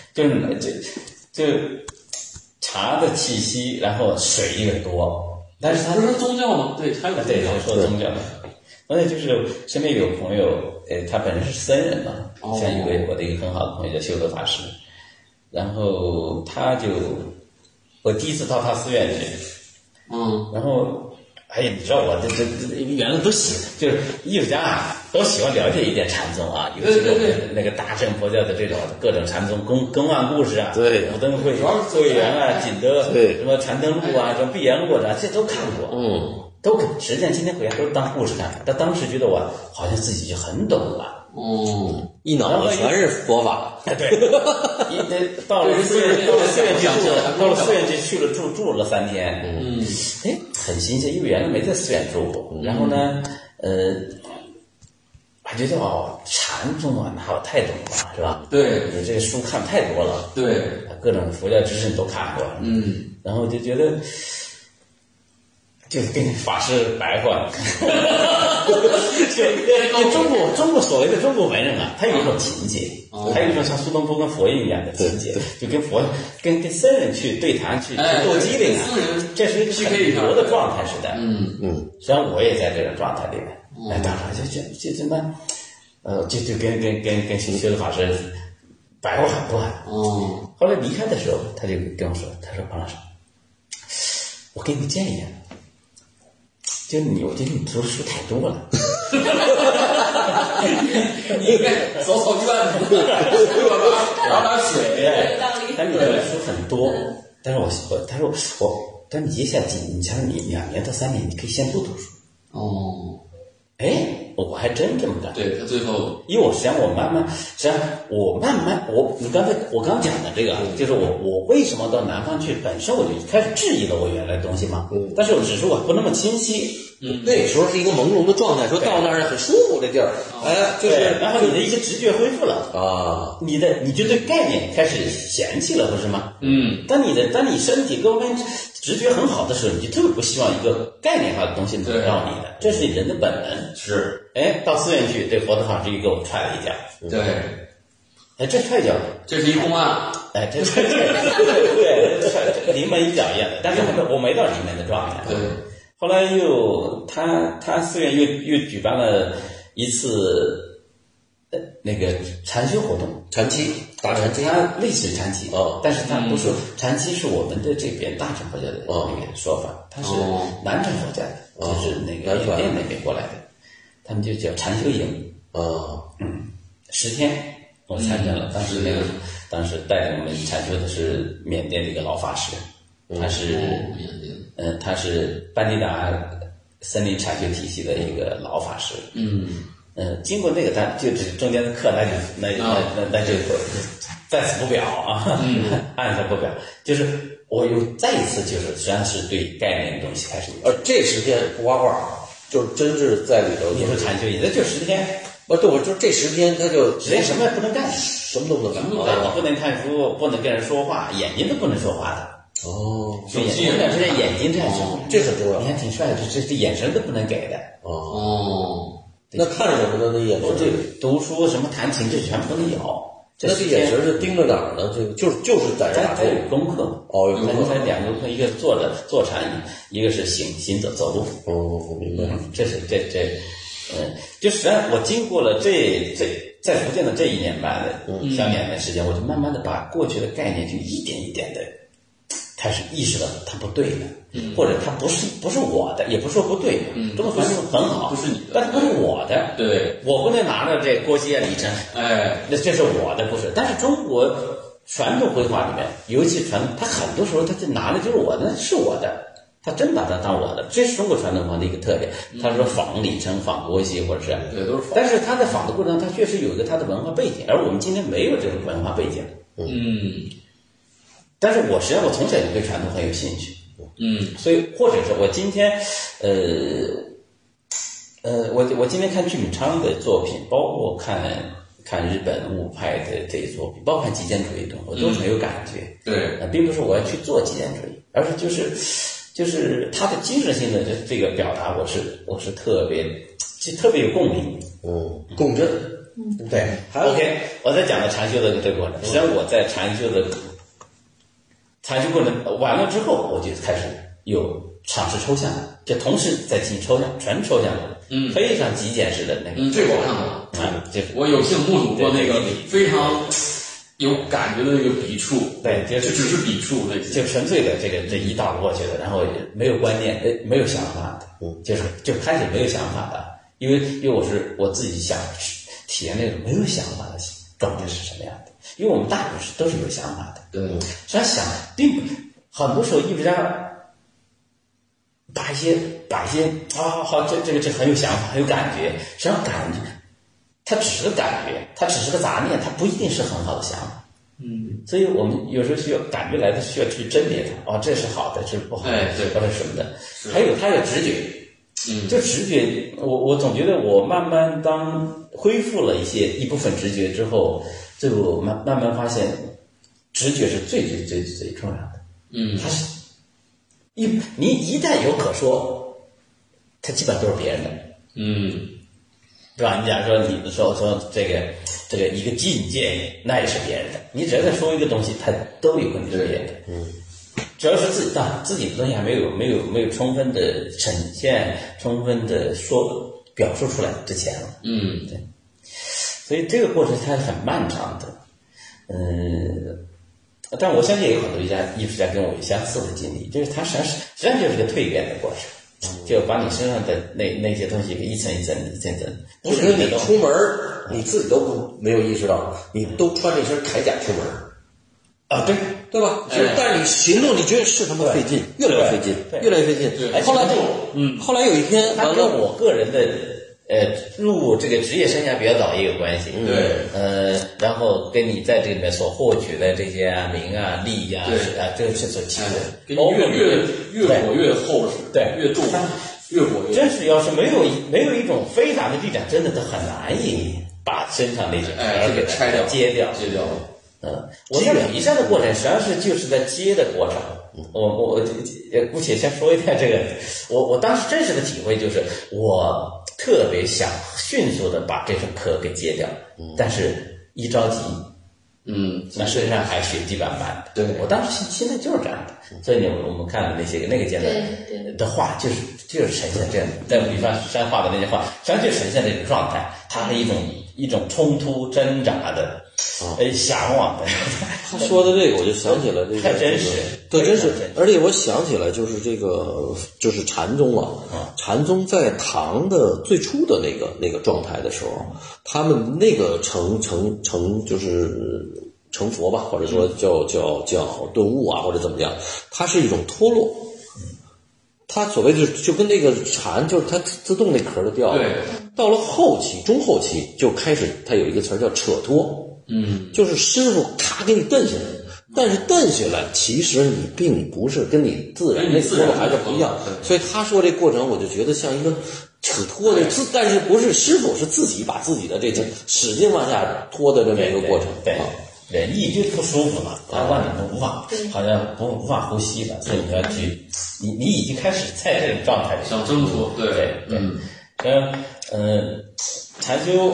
就是茶的气息，然后水越多，但是它不是宗教吗？对，它有宗教， 说宗教的。而且就是身边有朋友，他本身是僧人嘛，像我的一个很好的朋友叫修德法师。然后我第一次到他寺院去，然后你知道我这原来都就是艺术家啊，都喜欢了解一点禅宗啊，尤其是那个大乘佛教的这种各种禅宗更换故事啊， 对， 武灯会、慧圆啊、锦德，对，什么禅灯录啊、什么碧岩录啊，这都看过，实际上今天回家都当故事看，但当时觉得我好像自己就很懂了。 一脑子全是佛法。 对，到了寺院去了住了3天，很新鲜，因为原来没在寺院住过。然后呢，我觉得禅宗那我太懂了，是吧？ 对， 你这个书看太多了， 对， 各种佛教知识你都看过，然后就觉得。就跟法师白话，就中国所谓的中国文人啊，他有一种情节，还有一种像苏东坡跟佛一样的情节，就跟僧人去对谈去斗机灵啊，这是一个很活的状态似的。实际上我也在这种状态里面，当然就真的，就跟修的法师白话很多。后来离开的时候，他就跟我说，他说：“庞老师，我给你建议。”我觉得你读书太多了， 你应该走院子，打水。 但你的书很多，但是他说但你接下来你像你2年到3年，你可以先不读书。我还真这么干。 对，他最后， 因为我慢慢，我刚讲的这个，就是我为什么到南方去，本身我就一开始质疑了我原来的东西嘛，但是只是我不那么清晰。 那时候是一个朦胧的状态，说到那儿很舒服这地儿，就是然后你的一些直觉恢复了啊，你就对概念开始嫌弃了，不是吗？当你身体各方面直觉很好的时候，你就特别不希望一个概念化的东西能让你的，这是人的本能。 是， 到寺院去，这佛陀法师给我踹了一脚。 对， 这踹脚， 这是一公案。 这踹对，临门一脚一样的，但是我没到临门的状态。 对。 后来他寺院又举办了一次那个禅修活动， 禅期打禅期， 它类似于禅期但是它不是禅期，是我们的这边大乘佛教的那个说法，它是南传佛教的，就是那个缅甸那边过来的，他们就叫禅修营10天我参加了，当时带领我们禅修的是缅甸的一个老法师，他是班尼达森林禅修体系的一个老法师，经过那个就是中间的课，那就在此不表按下不表，就是我又再一次就是实际上是对概念的东西开始， 这10天不画画，就是真是在里头。 你说禅修也就10天。 对，我就这10天他就 10天什么也不能干， 什么都不能干， 不能看书，不能跟人说话，眼睛都不能说话的。所以眼睛这样这很重要。 你还挺帅的，这眼神都不能给的。 那看什么呢？那眼神这读书什么弹琴这全部不能有。 那这眼神是盯着哪儿呢？这个就是在这他有功课有功课。 他2个功课，一个是坐禅，一个是行走路。 我明白。 这就实际上我经过了在福建的这1年半的小2年的时间，我就慢慢的把过去的概念就一点一点的开始意识到它不对的，或者它不是我的，也不是说不对，中国传统很好， 不是你的， 但它不是我的， 对， 我不能拿着这郭熙啊李晨，那这是我的，不是。但是中国传统绘画里面，尤其传统，他很多时候他就拿的就是我的，是我的。他真把它当我的，这是中国传统画的一个特点。他说仿李成、仿郭熙，或者是对，都是仿。 但是他在仿的过程中，他确实有一个他的文化背景，而我们今天没有这种文化背景。但是我实际上我从小就对传统很有兴趣。所以或者是我今天，我今天看具敏昌的作品，包括看日本物派的这些作品，包括看极简主义的，我都很有感觉。 对， 并不是我要去做极简主义，而是就是他的精神性的这个表达，我是特别有共鸣。 共振。 对。OK， 我在讲的禅修的这个过程，实际上我在禅修过程完了之后，我就开始有尝试抽象，就同时在进行抽象，纯抽象的，非常极简式的那个。 这我看过，我有幸目睹过那个非常有感觉的那个笔触， 对， 就只是笔触类型， 就纯粹的这一道过去的，然后没有观念，没有想法的，就看起来没有想法的，因为我自己想体验那种没有想法的状态是什么样的，因为我们大部分都是有想法的， 对， 实际上很多时候艺术家把一些好，这很有想法，很有感觉，实际上感觉它只是个感觉，它只是个杂念，它不一定是很好的想法。所以我们有时候需要感觉来的，需要去甄别它。这是好的，这是不好的， 对， 或者什么的。还有它有直觉，就直觉，我总觉得我慢慢当恢复了一部分直觉之后，就慢慢发现，直觉是最重要的。它是你一旦有可说，它基本都是别人的。对吧？你假如说你说这个一个境界，那也是别人的。你只要再说一个东西，它都有可能是别人的。主要是自己的东西还没有充分的呈现、充分的表述出来之前了。对。所以这个过程它是很漫长的。但我相信也有很多艺术家跟我有相似的经历，就是它实际上就是个蜕变的过程。就把你身上的那些东西给一层一层， 不是你出门你自己都没有意识到，你都穿这身铠甲出门对吧？但是你行动，你觉得是他妈费劲，越来越费劲，越来越费劲。后来有一天， 它跟我个人的入这个职业生涯比较早也有关系。然后跟你在这里面所获取的这些名啊、利啊，这个是所起的， 给你越裹越厚实， 对， 越重，越裹越。 真是要是没有一种非常的力量，真的都很难以把身上那些给拆掉、 揭掉。我在比赛的过程，实际上就是在接的过程。我姑且先说一下这个，我当时真实的体会就是，我特别想迅速的把这首歌给接掉，但是一着急，那身上还血迹斑斑的。 对， 我当时心态就是这样的。所以我们看的那个阶段的画，就是呈现这样的。在比方山画的那些画，实际上就呈现这种状态，它是一种冲突挣扎的。 向往的。 他说的这个，我就想起了这个， 太真实， 对，真实。而且我想起来，就是这个，就是禅宗啊，禅宗在唐的最初的那个状态的时候，他们那个成就是成佛吧，或者说叫顿悟啊，或者怎么样，它是一种脱落。它所谓就跟那个禅，就是它自动那壳就掉了。 对， 到了后期、中后期就开始，它有一个词儿叫扯脱，就是师傅咔给你蹬下来，但是蹬下来其实你并不是跟你自然那脱落还是不一样。所以他说这过程，我就觉得像一个扯脱的但是不是师傅，是自己把自己的这使劲往下拖的这么一个过程。 对。人一就不舒服了，他让你无法，好像无法呼吸了，所以你要去，你已经开始在这种状态里想挣脱，对， 禅修，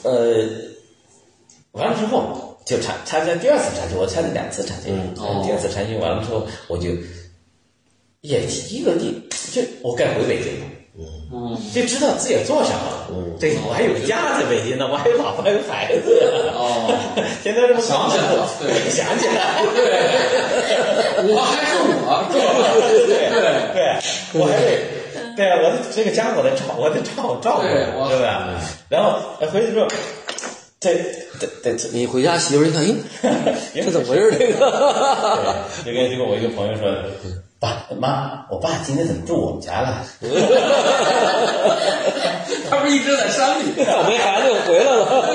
完了之后就参加第二次禅修，我参加2次禅修，第二次禅修完了之后，我就也一个就我该回北京了。就知道自己做啥了。对，我还有家在北京呢，我还有老婆，还有孩子。现在这么想起来了，对， 想起来了， 对，我还是我， 对，我还得，对啊，我的这个家我得照顾，对吧？然后回去之后，对， 你回家媳妇一看，这怎么回事？这个， 就跟我一个朋友说。爸妈，我爸今天怎么住我们家了？ 他不是一直在山里， 倒霉孩子又回来了。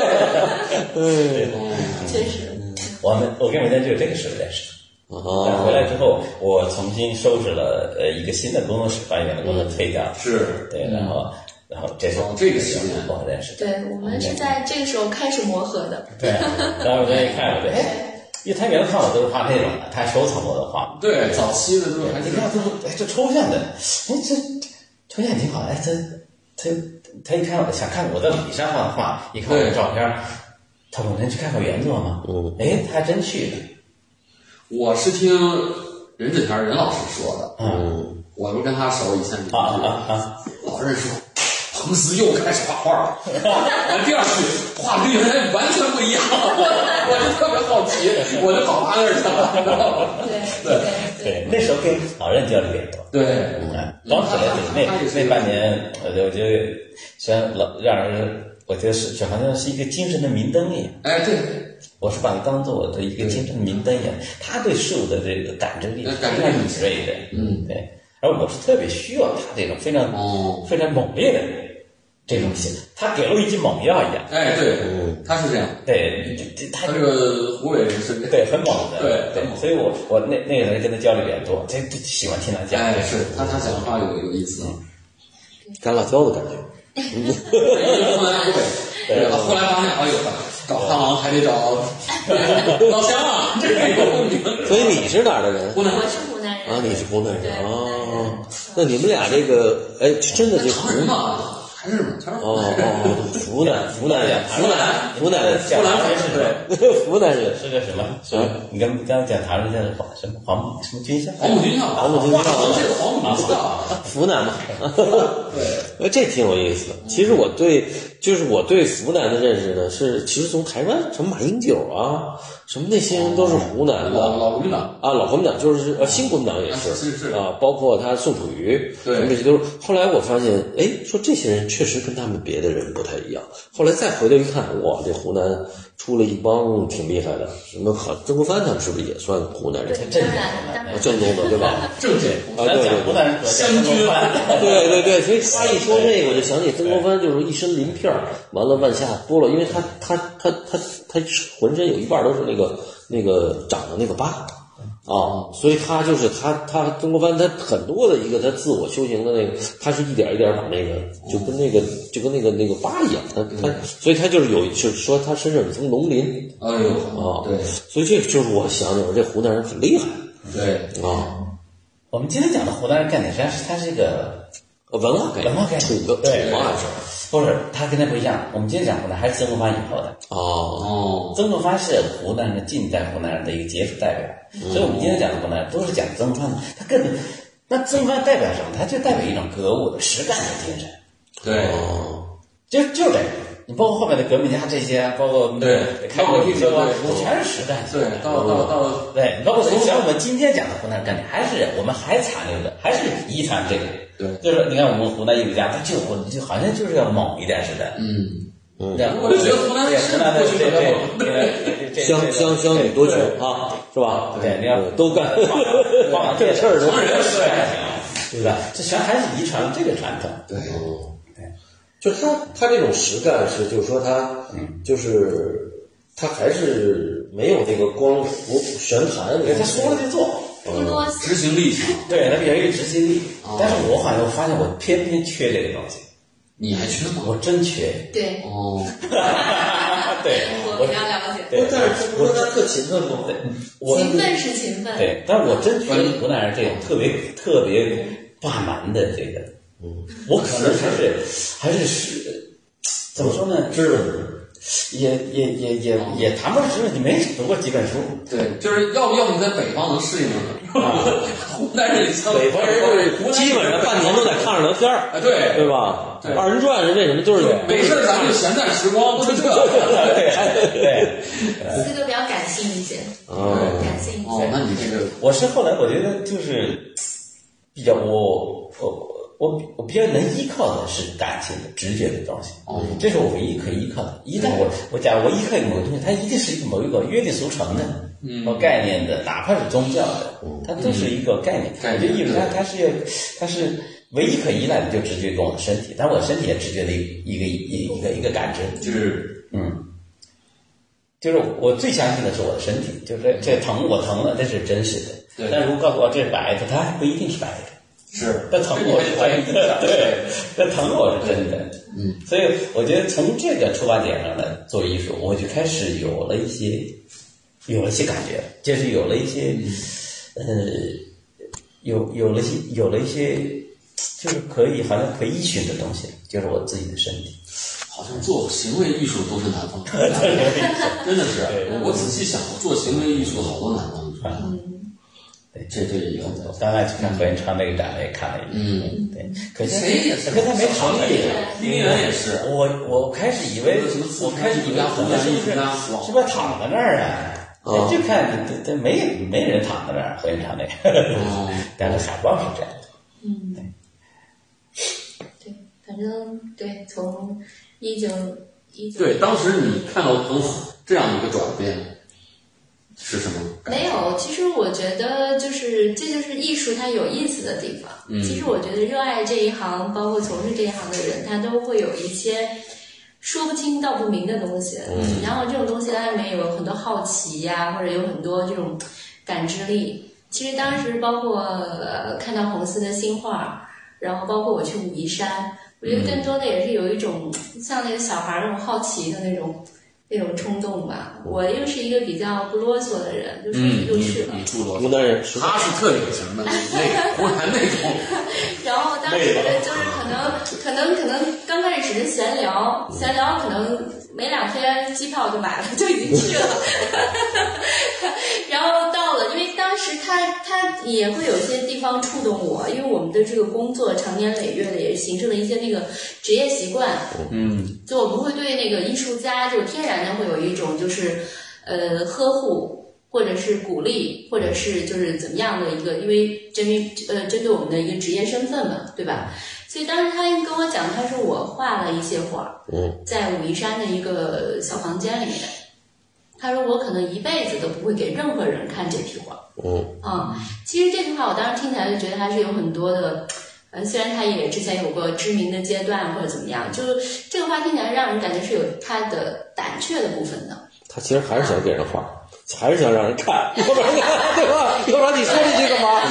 确实。 我跟我们家就有这个事认识。但回来之后，我重新收拾了一个新的工作室，把原来工作退掉。 是， 对，然后这是这个时间我认识。 对，我们是在这个时候开始磨合的。 对，然后我一看，因为他原来看我都是画那种的，他收藏我的画。 对，早期的都还是你看这抽象的，这抽象挺好。他一看想看我在笔上画的画，一看我的照片，他说能去看看原作吗？他还真去了。 我是听任志田任老师说的，我不跟他熟，以前老认识。彭斯又开始画画了，第二句画跟原来完全不一样，我就特别好奇，我就跑他那儿去了。 对，那时候跟老任交流也多。 对， 刚起来那半年，我觉得像让人，我觉得是好像是一个精神的明灯一样。 对， 我是把它当做我的一个精神的明灯一样。他对事物的这个感知力非常敏锐的，对。而我是特别需要他这种非常猛烈的。这种戏，他给了我一剂猛药一样。 对，他是这样。 对，他这个湖北人是对很猛的。 对， 所以我那个人跟他交流比较多，这喜欢听他讲。 是他讲话有意思， 干辣椒的感觉。 湖南湖北，后来发现找汉王还得找老乡啊，这个有名。 所以你是哪儿的人？ 我是湖南人。 你是湖南人啊？那你们俩这个，真的就湖南嘛。还是湖南人，湖南人， 湖南人是个什么？你刚刚讲唐人叫什么黄什么军校？ 黄埔军校， 湖南嘛。对，这挺有意思的。其实我对湖南的认识呢，其实从台湾什么马英九啊，什么那些人都是湖南的。 老国民党啊，老国民党就是新国民党也是啊，包括他宋楚瑜，对，这些都是。后来我发现，说这些人确实跟他们别的人不太一样。后来再回头一看，哇，这湖南出了一帮挺厉害的，什么曾国藩他们是不是也算湖南人？正宗的对吧？ 正经啊，对，湖南人湘军， 对，所以他一说这个，我就想起曾国藩就是一身鳞片，完了往下剥了，因为他浑身有一半都是那个长的那个疤。所以他就是他曾国藩他很多的一个他自我修行的那个，他是一点一点把那个就跟那个疤一样，所以他就是说他身上有层龙鳞。 对， 所以这就是我想起来这湖南人很厉害。 对我们今天讲的湖南人概念实际上是它是一个文化概念，土嘛是。 不是，他跟他不一样。我们今天讲湖南还是曾国藩以后的。曾国藩是湖南人近代湖南人的一个杰出代表，所以我们今天讲的湖南都是讲曾国藩的。那曾国藩代表什么？他就代表一种格物的实干的精神。 对， 就这个。 你包括后面的革命家这些，包括开国汽车啊，全是实干。 对，到对，包括像我们今天讲的湖南干点，我们还残留的，还是遗传这个。 对， 就是你看我们湖南艺术家，他就好像就是要猛一点似的。 我就觉得湖南的对， 乡女多穷啊，是吧？ 对，你要都干，这事儿都对吧？这全还是遗传这个传统。 对， 就他这种实干是，就是说他就是他还是没有那个光玄谈， 他说了就做， 执行力强。 对，他比较有执行力。但是我好像发现我偏偏缺这个东西。 你还缺吗？ 我真缺。 对。 哦。 对， 我比较了解。 对，但是湖南特勤奋吗？ 勤奋是勤奋。 对，但我真觉得湖南人这种特别霸蛮的这个，我可能还是怎么说呢？ 知问也谈不上知问，你没读过几本书。 对，就是要不你在北方能适应的，湖南人北方人基本上半年都在炕上聊天儿，对吧？ 对， 二人转是为什么？就是没事咱就闲淡时光，就这。 对， 这个比较感性一些，感性一些。 那你这个， 我是后来我觉得就是比较我比较能依靠的是感情的直觉的东西，这是我唯一可以依靠的。一旦我假如我依靠某个东西，它一定是某一个约定俗成的和概念的，哪怕是宗教的，它都是一个概念。我觉得艺术家他是唯一可依赖的，就直觉跟我的身体，但我的身体也直觉的一个感知，就是我最相信的是我的身体，就是这疼我疼了，这是真实的。但如果告诉我这是白的，它还不一定是白的。 是， 这疼我是真的，对，这疼我是真的，所以我觉得从这个出发点上呢，做艺术，我就开始有了一些感觉，就是有了一些，有了一些，就是好像可以依循的东西，就是我自己的身体。 好像做行为艺术都是南方人，真的是。我仔细想，做行为艺术好多南方人。这也有。 我刚才去看何元昌那个展览也看了一遍，对，可惜谁也是， 可他没成立。 丁元也是。 我开始以为湖南艺术家是不是躺在那儿啊？就看这没人躺在那儿，何元昌那个，但是海报是这样的。 对，反正对，从19 对，当时你看到彭斯这样一个转变是什么感觉？ 没有，其实我觉得这就是艺术它有意思的地方。其实我觉得热爱这一行，包括从事这一行的人，他都会有一些说不清道不明的东西。然后这种东西它里面有很多好奇呀，或者有很多这种感知力。其实当时包括看到彭斯的新画，然后包括我去武夷山，我觉得更多的也是有一种像那个小孩那种好奇的那种冲动吧。我又是一个比较不啰嗦的人，就说去就去了。 湖南人， 他是特典型的湖南那种。 然后当时就是可能刚开始只是闲聊，可能没2天机票就买了，就已经去了。然后到了，因为当时他也会有一些地方触动我，因为我们的这个工作长年累月的也形成了一些那个职业习惯。就我们会对那个艺术家就天然的会有一种就是呵护，或者是鼓励，或者是就是怎么样的一个，因为针对我们的一个职业身份嘛，对吧？所以当时他跟我讲，他说我画了一些画，在武夷山的一个小房间里面，他说我可能一辈子都不会给任何人看这批画。其实这句话我当时听起来就觉得还是有很多的。虽然他也之前有过知名的阶段或者怎么样，就是这个话听起来让人感觉是有他的胆怯的部分的。 他其实还是想给人画，还是想让人看，要不然对吧？要不然你说这些干嘛？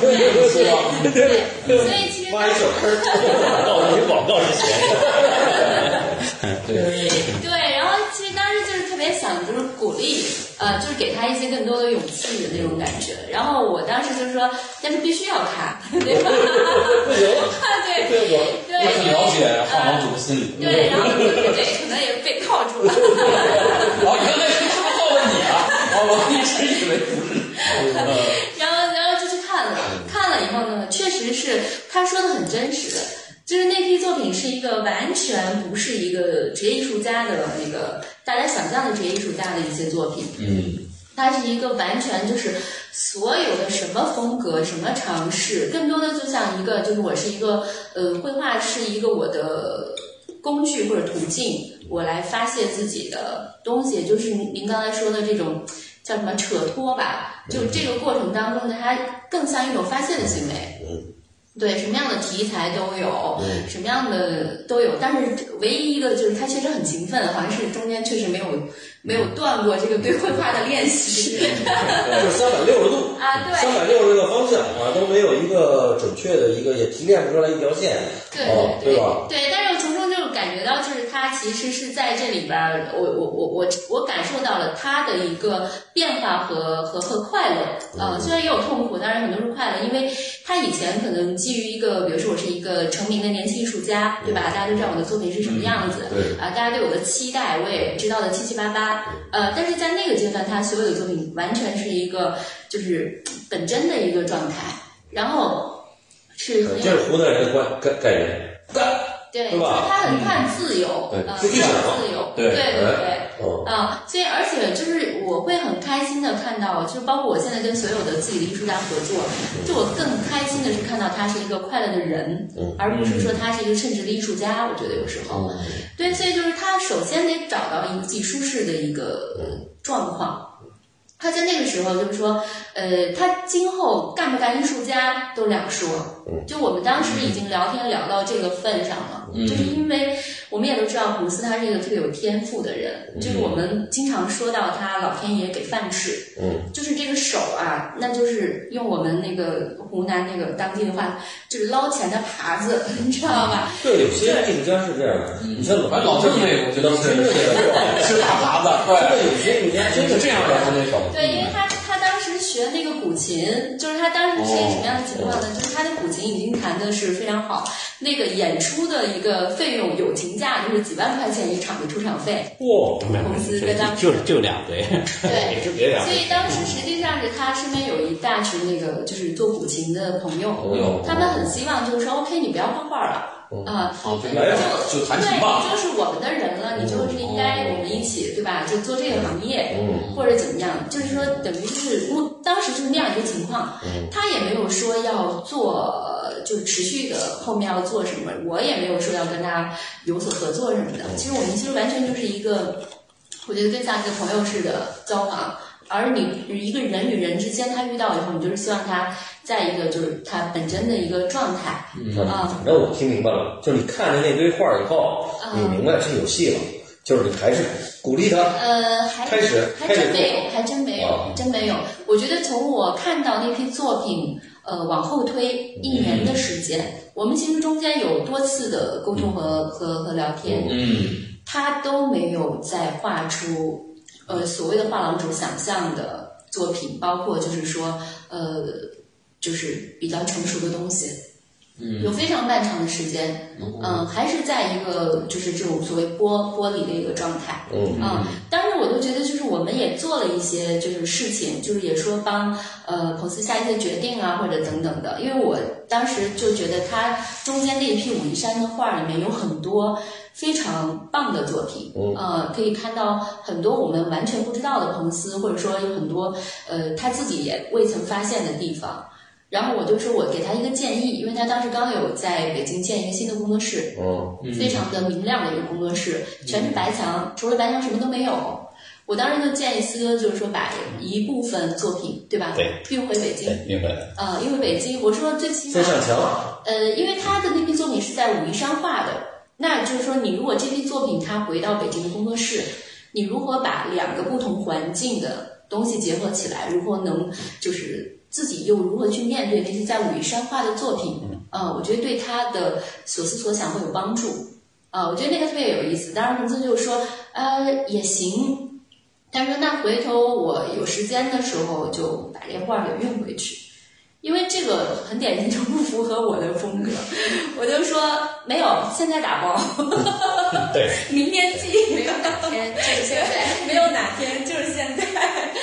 对，所以其实挖一小坑，广告是写的。 对，然后其实当时就是特别想就是鼓励，就是给他一些更多的勇气的那种感觉。然后我当时就说，但是必须要看，对吧？对， 我很了解画廊主的心理。 对，然后对，可能也是被套住了。 原来是这么套的你啊！我一直以为不是。 然后就去看了以后呢，确实是他说的很真实。 就是那批作品是一个完全不是一个职业艺术家的那个大家想象的职业艺术家的一些作品。它是一个完全就是所有的什么风格、什么尝试，更多的就像一个就是我是一个绘画是一个我的工具或者途径，我来发泄自己的东西，就是您刚才说的这种叫什么扯脱吧，就这个过程当中呢，它更像一种发泄的行为。对，什么样的题材都有，什么样的都有，但是唯一一个就是他确实很勤奋，好像是中间确实没有断过这个对绘画的练习， 就是360度啊，对 ，360个方向啊，都没有一个准确的一个，也提炼不出来一条线，对吧？ 对，但是从中就感觉到，就是他其实是在这里边，我感受到了他的一个变化和快乐，虽然也有痛苦，当然很多是快乐，因为他以前可能基于一个，比如说我是一个成名的年轻艺术家，对吧？大家都知道我的作品是什么样子，大家对我的期待我也知道的七七八八，但是在那个阶段，他所有的作品完全是一个就是本真的一个状态，然后是很有这是湖南人的概念， 对，就是他很看自由，看自由，对，所以而且就是我会很开心的看到，就是包括我现在跟所有的自己的艺术家合作，就我更开心的是看到他是一个快乐的人，而不是说他是一个称职的艺术家。我觉得有时候，对，所以就是他首先得找到一个自己舒适的一个状况。他在那个时候就是说，他今后干不干艺术家都两说。就我们当时已经聊天聊到这个份上了，就是因为我们也都知道彭斯他是一个特别有天赋的人，就是我们经常说到他老天爷给饭吃，就是这个手啊，那就是用我们那个湖南那个当地的话，就是捞钱的耙子，你知道吧？ 对，有些艺术家是这样的，你像老郑那个，我觉得是大耙子， 对，有些艺术家真是这样的，他那手。 对，因为他当时学那个古琴，就是他当时是一个什么样的情况呢？就是他的古琴已经弹的是非常好，那个演出的一个费用友情价就是几万块钱一场的出场费。公司在当时就两对， 对， 就别两。 所以当时实际上是他身边有一大群那个就是做古琴的朋友，他们很希望就是说 OK， 你不要画画了。 就弹琴吧， 你就是我们的人了，你就是应该我们一起，对吧？就做这个行业，或者怎么样？就是说，等于就是当时就是那样一个情况，他也没有说要做，就是持续的后面要做什么，我也没有说要跟他有所合作什么的。其实我们其实完全就是一个，我觉得更像一个朋友式的交往。而你一个人与人之间，他遇到以后，你就是希望他在一个就是他本真的一个状态反正我听明白了，就是你看着那堆画以后，你明白是有戏了，就是你还是鼓励他。还真没有。我觉得从我看到那批作品，往后推1年的时间，我们其实中间有多次的沟通和聊天，他都没有再画出。所谓的画廊主想象的作品，包括就是说，就是比较成熟的东西，有非常漫长的时间，还是在一个就是这种所谓剥离的一个状态，当然我都觉得就是我们也做了一些就是事情，就是也说帮彭斯下一些决定啊或者等等的，因为我当时就觉得他中间那一批武夷山的画里面有很多非常棒的作品，可以看到很多我们完全不知道的彭斯，或者说有很多他自己也未曾发现的地方。然后我就说我给他一个建议，因为他当时刚有在北京建一个新的工作室，非常的明亮的一个工作室，全是白墙，除了白墙什么都没有。我当时就建议思哥，就是说把一部分作品，对吧？ 对， 运回北京。 运回来。运回北京，我说最起码。 先上墙。 因为他的那批作品是在武夷山画的，那就是说你如果这批作品他回到北京的工作室，你如何把2个不同环境的东西结合起来，如何能就是自己又如何去面对那些在武夷山画的作品，我觉得对他的所思所想会有帮助。我觉得那个特别有意思。当然彭斯就说也行。他说那回头我有时间的时候就把这画给运回去，因为这个很典型就不符合我的风格。我就说没有，现在打包。 对， 明天寄，没有哪天，就是现在。没有哪天，就是现在。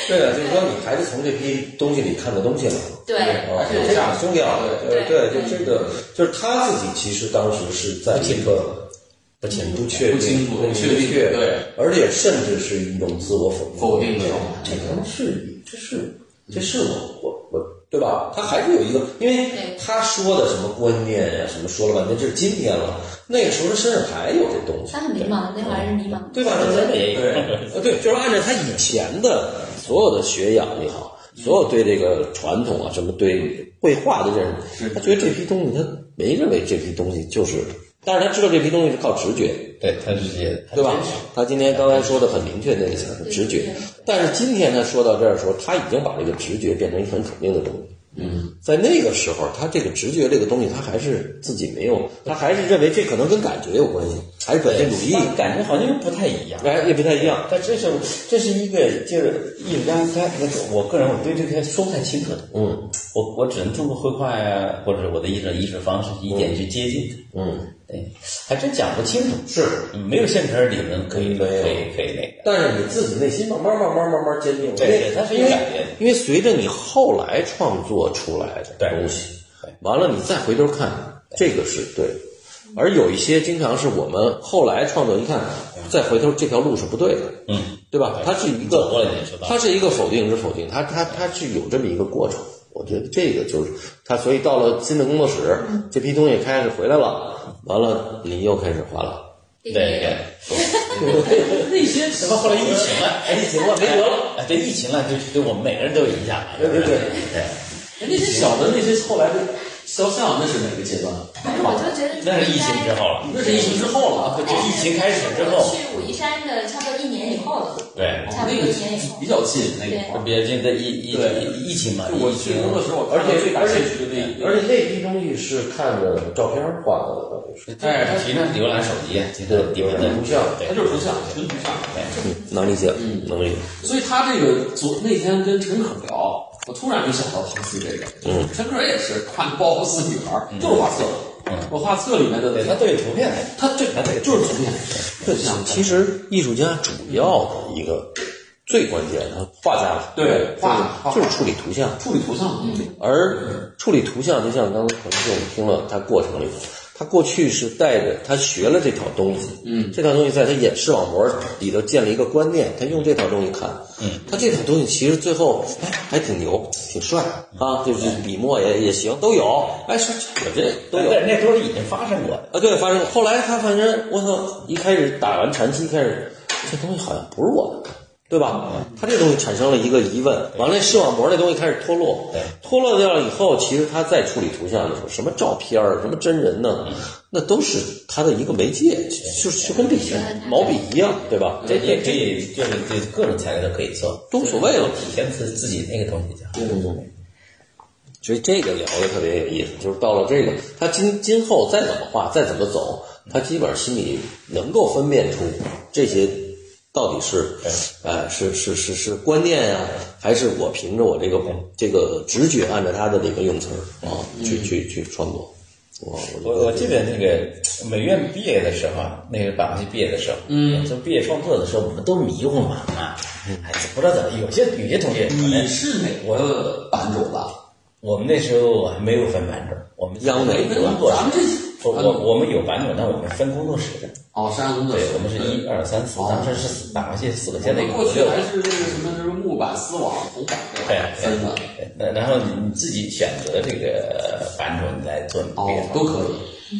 对的，就是说你还是从这批东西里看到东西了。 对， 这个很重要。对，就这个就是他自己其实当时是在一个不确定、 对， 而且甚至是一种自我否定的。 这可能这是我。对吧？他还是有一个，因为他说的什么观念呀，什么说了半天，这是今天了。那个时候他身上还有这东西。 他很迷茫，那会儿还是迷茫， 对吧？对，就是按照他以前的所有的学养也好，所有对这个传统啊，什么对绘画的认识，他觉得这批东西，他没认为这批东西就是，但是他知道这批东西是靠直觉。 对，他直接， 对吧？他今天刚才说的很明确，那个词是直觉。但是今天他说到这儿的时候，他已经把这个直觉变成一个很肯定的东西。在那个时候，他这个直觉这个东西，他还是自己没有，他还是认为这可能跟感觉有关系，还是表现主义， 感觉好像又不太一样， 也不太一样。 但这是一个就是艺术家，我个人我对这个说不太清楚的。我只能通过绘画呀，或者我的艺术方式一点去接近。对，还真讲不清楚， 是没有现成理论可以那个。 但是你自己内心慢慢坚定， 对，它是有感觉， 因为随着你后来创作出来的东西，完了你再回头看，这个是对。而有一些经常是我们后来创作一看，再回头这条路是不对的，对吧？它是一个否定之否定，它是有这么一个过程。我觉得这个就是他，所以到了新的工作室，这批东西开始回来了，完了你又开始画了。 对， 那些什么后来疫情了，没得了，这疫情了就对我们每个人都有影响。对， 那些小的那些后来的肖像，那是哪个阶段？ 我就觉得那是疫情之后了， 那是疫情之后了， 就疫情开始之后， 去武夷山的差不多1年以后了。 对， 差不多1年以后， 比较近那个， 比较近的疫情嘛。 我去工作时候， 而且那批东西是看着照片画的， 实际上是浏览手机， 对，图像， 它就是图像，纯图像。 能理解，能理解。 所以他这个那天跟陈可聊，我突然就想到唐斯这个，陈可也是看包豪斯女孩，就是画册。我画册里面的， 他对图片， 他这就是图片。 对，其实艺术家主要的一个最关键的画家， 对， 就是处理图像，而处理图像，就像刚才可能我们听了他过程里头，他过去是带着他学了这套东西，这套东西在他演视网膜里头建了一个观念，他用这套东西看，他这套东西其实最后还挺牛，挺帅啊，就是笔墨也行，都有，是我这都有， 那都是已经发生过的啊，对，发生过。后来他反正我操，一开始打完禅期开始，这东西好像不是我的。对吧？他这东西产生了一个疑问，完了视网膜那东西开始脱落，脱落掉了以后，其实他再处理图像的时候，什么照片什么真人呢，那都是他的一个媒介，就跟这些毛笔一样，对吧？ 这也可以，就是对各种材料都可以做， 都无所谓了， 体现自己那个东西讲。 所以这个聊的特别有意思，就是到了这个，他今后再怎么画，再怎么走，他基本上心里能够分辨出这些。到底是，是观念呀，还是我凭着我这个直觉，按照他的这个用词啊，去创作。 我记得那个美院毕业的时候，那个榜系毕业的时候，就毕业创作的时候，我们都迷糊嘛，不知道怎么，有些同学， 你是哪国的版种的？ 我们那时候还没有分版种，我们央美工作室。我们有版种，但我们分工作室的。 是按工作室。 对，我们是1、2、3、4，当时是打过去4个，现在过去还是那个什么，就是木板、丝网、铜板分的。 对，然后你自己选择这个版种，你来做别的都可以。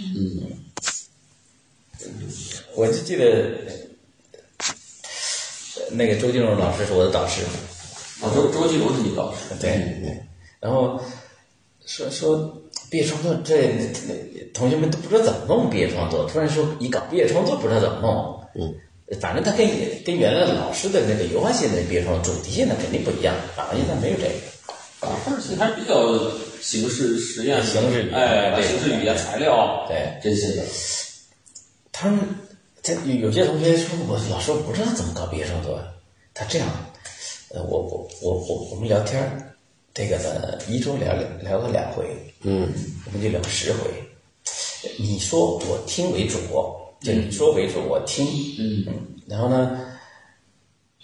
我就记得那个周金荣老师是我的导师。 周金荣是你导师。 对。然后说。毕业创作，这同学们都不知道怎么弄毕业创作。突然说一搞毕业创作，不知道怎么弄。反正他跟原来老师的那个油画系的毕业创作主题性的肯定不一样，反正现在没有这个。 而且还是比较形式实验、 形式语言、材料， 对这些的。 他们有些同学说，老师我不知道怎么搞毕业创作。他这样，我们聊天。这个呢，1周聊个2回，我们就聊10回。你说我听为主，就你说为主，我听，然后呢，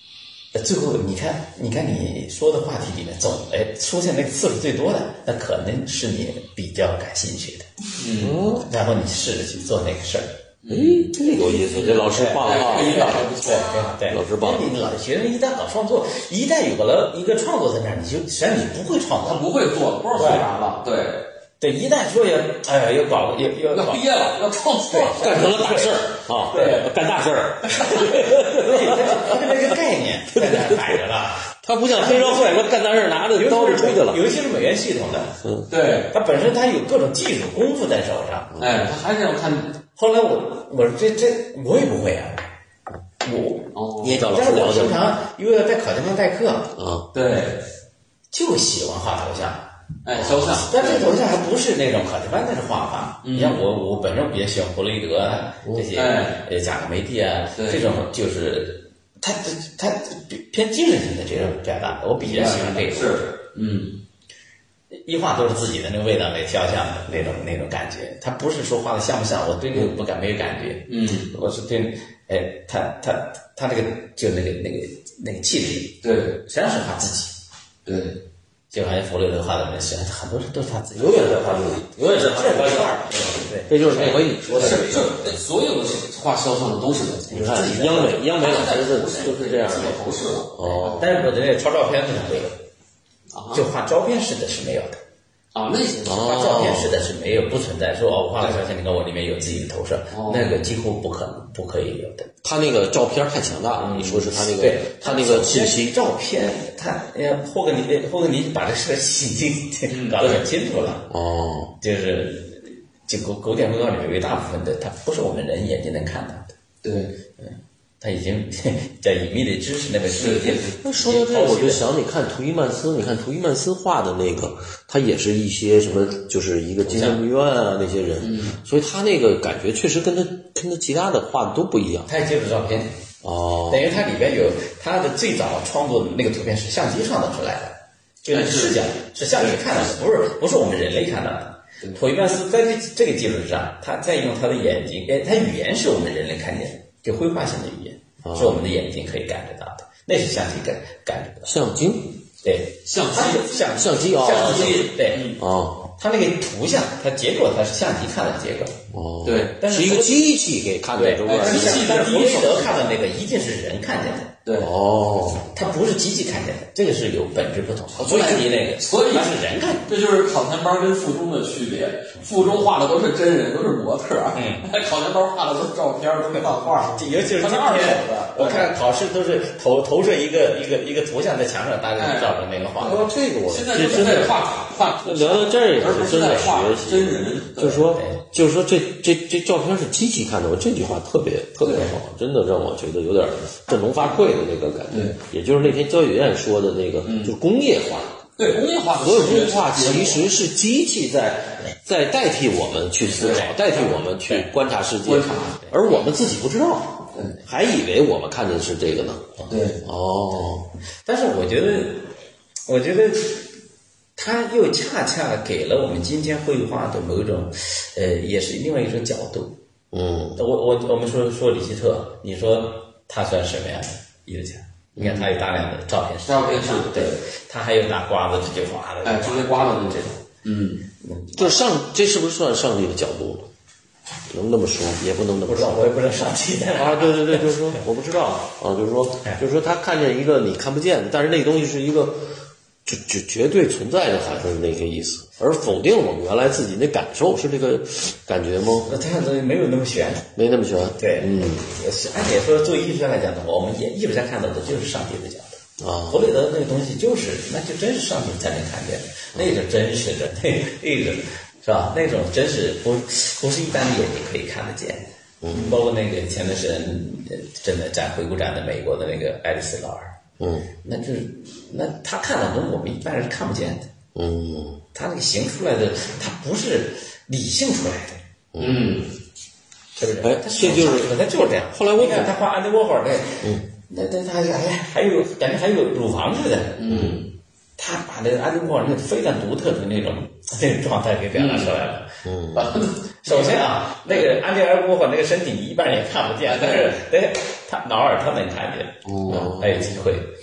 最后你看你说的话题里面总出现那个次数最多的，那可能是你比较感兴趣的，然后你试着去做那个事儿。 这个有意思，这老师棒啊！ 对， 老师棒。 你老学生一旦搞创作，一旦有了一个创作在那儿，你就实际上你不会创作， 他不会做，不知道做啥了。 对，一旦说要搞要毕业了，要创作， 干成了大事儿啊！对，干大事儿。 他那个概念在那摆着了。 他不像黑社会说干大事拿着刀就出去了， 尤其是美元系统的， 对， 它本身它有各种技术功夫在手上， 他还是要看。 后来我说这我也不会啊， 你也找老师聊去。 平常因为在考前班代课对， 就喜欢画头像， 肖像， 但这头像还不是那种考前班那种画法。你像我本身比较喜欢弗洛伊德这些，贾科梅蒂啊，这种就是他偏精神性的这种表达，我比较喜欢这个。 是， 一画都是自己的那个味道，那个肖像的那种感觉。他不是说画的像不像，我对那个没有感觉。我是对，他那个就那个气质， 对， 实际上是他自己。 对， 就好像弗洛伊德画的人，实际上很多人都是他自己， 永远是他自己，永远是他一半。对，这就是那回你说的。 是所有的画肖像的都是你看央美老师就是这样的头饰了。 但是我觉得抄照片是没有。就画照片式的是没有的那些画照片式的是没有，不存在说我画了肖像，你看我里面有自己的投射，那个几乎不可以有的。 他那个照片太强大了，你说是他那个他那个信息照片，他霍格尼把这事已经搞得很清楚了。就是就古典绘画里面有一大部分的，它不是我们人眼睛能看到的。 对。 他已经叫隐秘的知识那本书。 那说到这个，我就想你看图伊曼斯画的那个，他也是一些什么，就是一个精神病院啊那些人，所以他那个感觉确实跟他其他的画的都不一样。 他也接触照片等于他里边有他的最早创作的那个图片是相机创造出来的，这个视角是相机看到的，不是我们人类看到的。图伊曼斯在这个基础上，他再用他的眼睛，他语言是我们人类看见的。就绘画性的语言是我们的眼睛可以感觉到的，那是相机感觉不到。 相机， 对， 相机对，它那个图像，它结果它是相机看的结果， 对， 但是一个机器给看的， 但是弗洛伊德看的那个一定是人看见的。 对， 它不是机器看见的，这个是有本质不同。所以它是人看， 这就是考前班跟附中的区别。附中画的都是真人，都是模特考前班画的都是照片，都是漫画。 尤其是今天，我看考试都是投射一个图像在墙上，大家就照着那个画。 这个我现在就是在画。 聊到这儿也是真的学习， 真人， 就是说这照片是机器看的，我这句话特别好，真的让我觉得有点振聋发聩的那个感觉。也就是那天焦雨燕说的那个，就是工业化。 对，工业化， 所有工业化其实是机器在代替我们去思考，代替我们去观察世界，而我们自己不知道，还以为我们看见是这个呢。 对， 但是我觉得。它又恰恰给了我们今天绘画的某种，也是另外一种角度。我们说李希特，你说他算什么样的艺术家？你看他有大量的照片是对，他还有拿刮子直接刮的， 直接刮的这种。 就是这是不是算上帝的角度呢？能那么说，也不能那么说。 我也不知道上帝的对，就是说我不知道就是说他看见一个你看不见的，但是那个东西是一个。就绝对存在的，好像是那个意思，而否定我们原来自己那感受，是这个感觉吗？ 他没有那么玄， 没那么玄。 对，按理说，作为艺术家来讲的话，我们艺术家看到的就是上帝的角度弗洛伊德那个东西那就真是上帝才能看见的，那种真实的那种是吧？那种真是不是一般的眼睛可以看得见的。包括那个前段时间真的回顾展的美国的那个爱丽丝劳尔。那他看到的我们一般人是看不见的。他那个形出来的，他不是理性出来的。是不是？ 这就是他就是这样。 后来我看他画安迪沃霍尔那他还有感觉还有乳房似的。他把那个安迪沃霍尔那非常独特的那种状态给表达出来了。首先那个安迪沃霍尔那个身体你一般人也看不见，但是他劳尔他能看见。还有机会。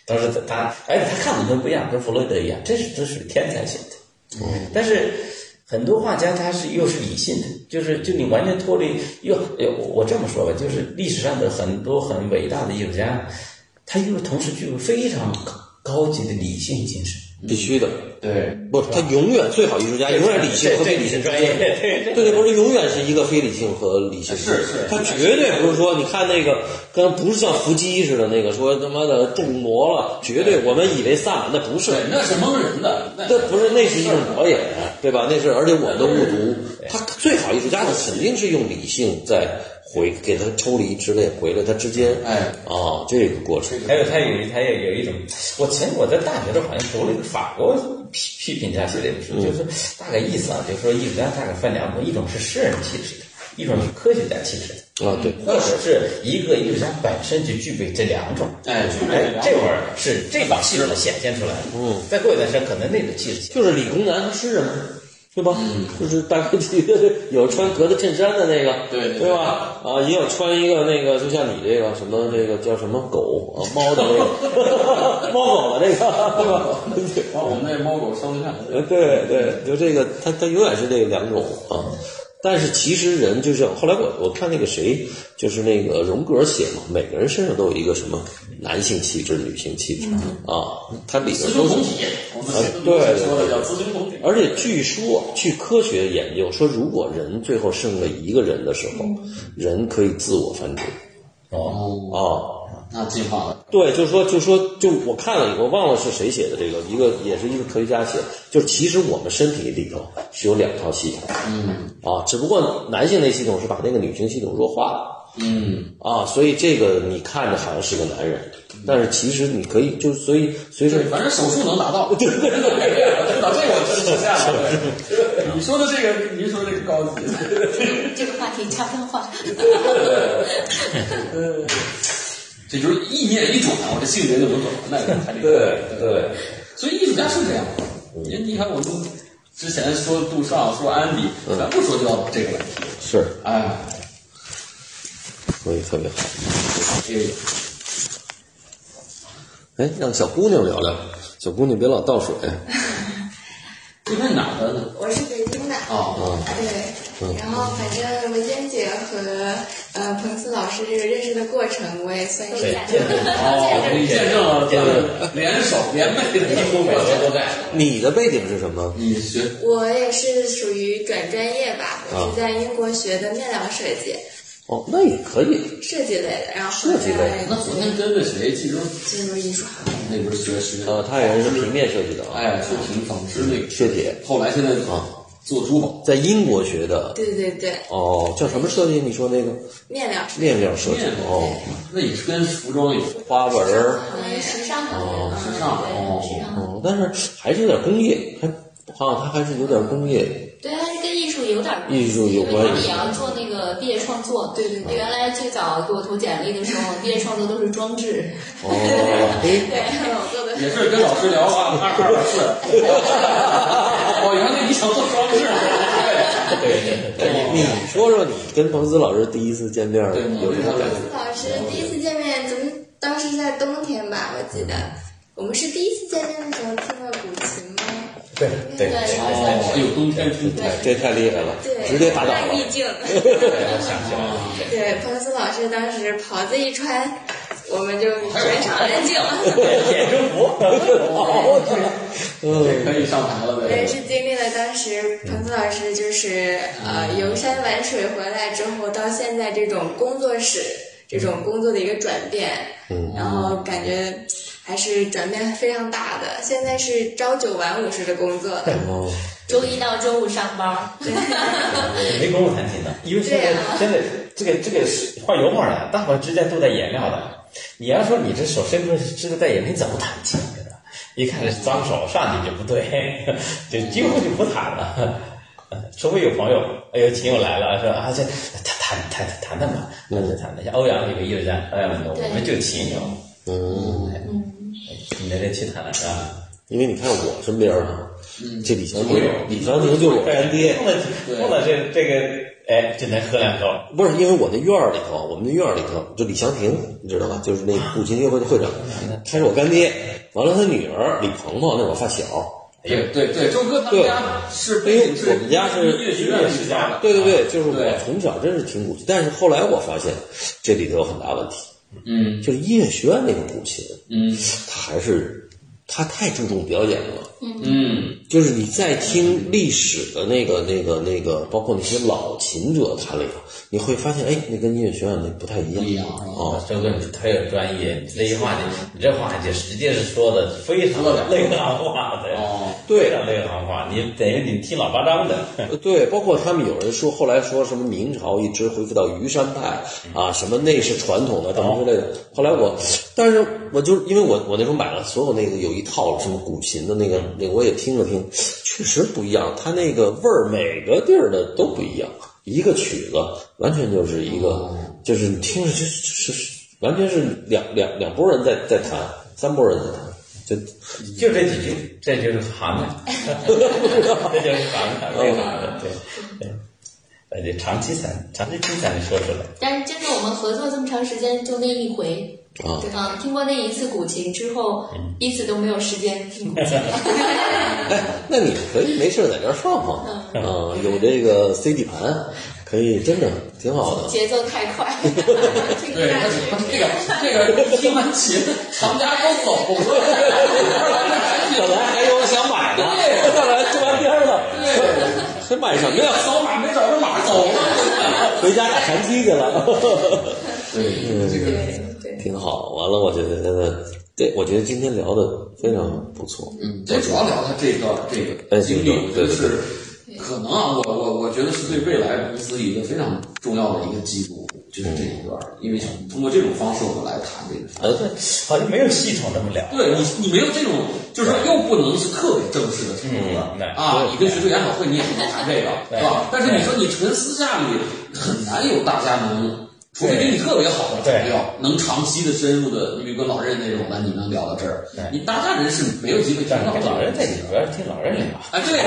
当时而且他看的都不一样，跟弗洛伊德一样，这是天才型的。但是很多画家他又是理性的，就你完全脱离。我这么说吧，就是历史上的很多很伟大的艺术家，他又同时具有非常高级的理性精神。 必须的， 对， 不，他永远最好艺术家永远理性和非理性专业， 对，不是永远是一个非理性和理性， 是， 他绝对不是说你看那个，刚不是像伏击似的那个说他妈的中魔了，绝对我们以为萨满，那不是， 那是蒙人的， 那不是，那是一种表演，对吧？那是而且我们的误读，他最好艺术家他肯定是用理性在给他抽离之类回来他之间，这个过程。 还有他有一种，我在大学的时候好像读了一个法国批评家写的一本书，就是大概意思啊，就是说艺术家大概分两种，一种是诗人气质的，一种是科学家气质的。 对， 或者是一个艺术家本身就具备这两种，这会儿是这把气质显现出来的。再过一段时间，可能那种气质就是理工男和诗人嘛。对吧？就是大概记得有穿格子衬衫的那个，对吧？也有穿一个那个，就像你这个什么这个叫什么狗猫的那个猫狗的这个，对吧？ 我们那猫狗相看。 对，就这个，他永远是这两种啊。但是其实人就是后来我看那个谁，就是那个荣格写嘛，每个人身上都有一个什么男性气质、女性气质他里边都是对， 说的叫雌雄同体。 而且据说据科学研究说，如果人最后剩了一个人的时候，人可以自我繁殖。 那进化了。 对，就说我看了以后忘了是谁写的这个，也是一个科学家写的，就是其实我们身体里头是有两套系统，只不过男性那系统是把那个女性系统弱化了，所以这个你看着好像是个男人，但是其实你可以就所以随着反正手术能达到，对，我知道这个我真实现了。你说的这个高级， 这个话题差不多化。 这就是意念一转，我这性别就能转，那太厉害。对，所以艺术家是这样。你看我们之前说杜尚，说安迪，咱不说就到这个问题。 是， 所以特别好。让小姑娘聊聊，小姑娘别老倒水。 你是哪的呢？ 我是北京的。对，然后反正文娟姐和彭斯老师这个认识的过程，我也算是见证了联手联袂的几乎每个都在。 你的背景是什么？ 你学？ 我也是属于转专业吧，我是在英国学的面料设计。 那也可以。 设计类的，然后设计类。 那昨天跟着谁进入艺术行业？ 那不是学时他也是平面设计的是平纺织那个削铁。 后来现在做珠宝， 在英国学的。 对。 叫什么设计？你说那个面料设计。 那也是跟服装有花纹儿。 时尚时尚但是还是有点工业，它还是有点工业。 对，它是跟艺术有点艺术有关系。 因为他们也要做那个毕业创作。对，原来最早给我投简历的时候，毕业创作都是装置。 对，我做的也是跟老师聊啊，224。原来你想做装置。 对，你说说你跟彭斯老师第一次见面有什么感觉？ 彭斯老师第一次见面，咱们当时在冬天吧，我记得我们是第一次见面的时候听了古琴吗？ 对， 有冬天听， 这太厉害了，直接打倒了。 意境。 想起来了。 对，彭斯老师当时袍子一穿，我们就全场安静了。 演征服。 可以上台了呗。 我也是经历了当时彭斯老师就是游山玩水回来之后，到现在这种工作室这种工作的一个转变，然后感觉还是转变非常大的。现在是朝9晚5式的工作的， 周一到周五上班。 没工夫弹琴的，因为现在这个画油画的，大伙之间都在颜料的。你要说你这手伸出去在眼，你怎么弹琴？一看这脏手上去就不对，就几乎就不弹了。除非有朋友，琴友来了，说这弹吧，那就弹。像欧阳这个艺术家，我们就琴友。你那天去弹了是吧？ 因为你看我身边这李祥霆就是我干爹。 过了这个，就能喝两口。 不是，因为我那院儿里头，我们那院儿里头，就李祥霆，你知道吧？就是那古琴乐会的会长，他是我干爹。完了，他女儿李鹏鹏，那是我发小。 对，周哥他们家是因为我们家是音乐学院世家的。 对，就是我从小真是听古琴，但是后来我发现这里头有很大问题。就是音乐学院那个古琴，他太注重表演了。就是你在听历史的那个，包括那些老琴者弹里头，你会发现，那跟音乐学院那不太一样。 周哥你特有专业，你这话你这话就直接是说的非常内行话的。非常内行话，你等于你听老八张的。 对，包括他们有人说，后来说什么明朝一直恢复到虞山派啊，什么那是传统的等等之类的。后来但是我就因为我那时候买了所有那个有一套什么古琴的那个我也听了听，确实不一样，它那个味儿每个地儿的都不一样，一个曲子完全就是一个，就是你听着就是完全是两拨人在弹，三拨人在弹。 就这几句，这就是行的，这就是行的，内行的，对，长期才能说出来。 但是真的，我们合作这么长时间，就那一回，听过那一次古琴之后，彼此都没有时间听古琴了。 那你可以没事在这儿放放，有这个 CD 盘。可以，真的挺好的。 节奏太快， 对，这个听完琴，厂家都走了。 本来还有想买的，后来吃完边了，还买什么呀？ 扫码没找着码走了， 回家打禅机去了。 对， 挺好。完了，我觉得真的，对，我觉得今天聊的非常不错。 这主要聊他这个经历，我觉得是。可能啊，我觉得是对未来公司一个非常重要的一个记录，就是这一段，因为通过这种方式我们来谈这个事。 对，好像没有系统这么聊。 对你没有这种，就是说又不能是特别正式的场合你跟学术研讨会你也不能谈这个，是吧？但是你说你纯私下里很难有大家能。除非跟你特别好的朋友，能长期的深入的，你比如跟老任那种的，你能聊到这儿。你大家人是没有机会听到。 跟老任在一起，主要是听老任聊。 对，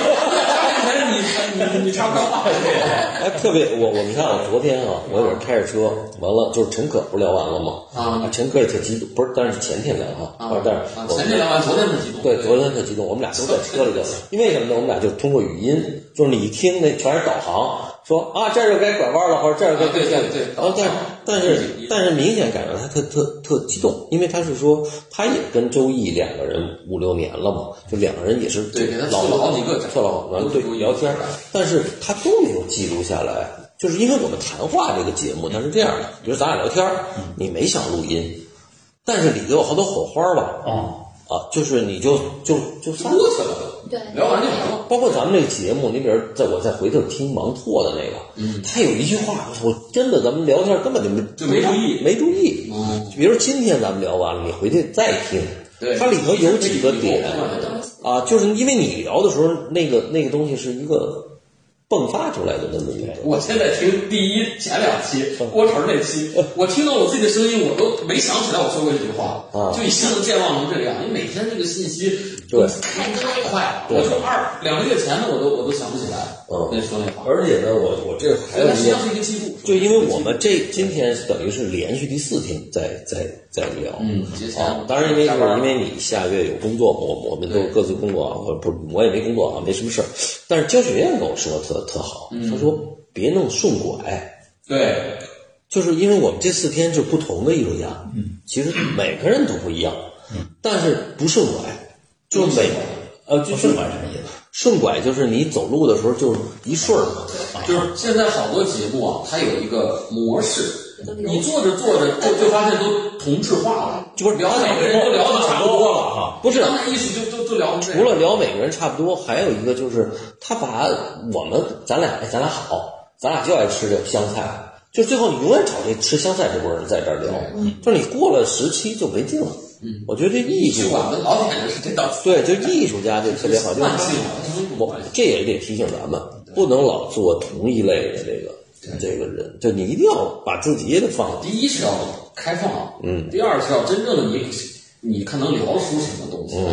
你插不上话。 特别你看我昨天我有人开着车，完了就是陈可不是聊完了吗？陈可也特激动，不是，但是前天聊但是前天聊完，昨天特激动。 对，昨天特激动，我们俩都在车里头。因为什么呢？我们俩就通过语音，就是你一听那全是导航。说这儿就该拐弯了，或者这儿该对。 但是明显感觉他特激动，因为他是说他也跟周易两个人5、6年了嘛，就两个人也是对给他做了好几个对聊天，但是他都没有记录下来，就是因为我们谈话这个节目它是这样的，比如咱俩聊天，你没想录音，但是里头有好多火花吧，就是你就散过去了。 对， 聊完就完了。 包括咱们这个节目，你比如我再回头听芒拓的那个，他有一句话，我真的咱们聊天根本就没注意。比如今天咱们聊完了，你回去再听，它里头有几个点就是因为你聊的时候，那个东西是一个迸发出来的那么一个。 我现在听前2期郭晨那期，我听到我自己的声音，我都没想起来我说过这句话，就已经健忘成这个样。因为每天这个信息太快了，我说2个月前的我都想不起来。那说那话。 而且呢，我这还有实际上是一个记录， 就因为我们今天等于是连续第4天在聊。当然因为你下月有工作，我们都各自工作我也没工作没什么事儿。但是焦学院跟我说特好，他说别弄顺拐。 对， 就是因为我们这4天是不同的艺术家，其实每个人都不一样，但是不顺拐，就是顺拐什么意思？ 顺拐就是你走路的时候就是一顺嘛， 就是现在好多节目它有一个模式，你做着就发现都同质化了，就是聊每个人都聊的差不多了不是当代艺术就聊除了聊每个人差不多，还有一个就是他把咱俩好，咱俩就爱吃这香菜，就最后你永远找这吃香菜这波人在这儿聊，就是你过了时期就没劲了。我觉得这艺术馆的老点是这道对，就艺术家就特别好，就是这也得提醒咱们，不能老做同一类的这个人，就你一定要把自己也得放。 第一是要开放，第二是要真正的你看能聊出什么东西，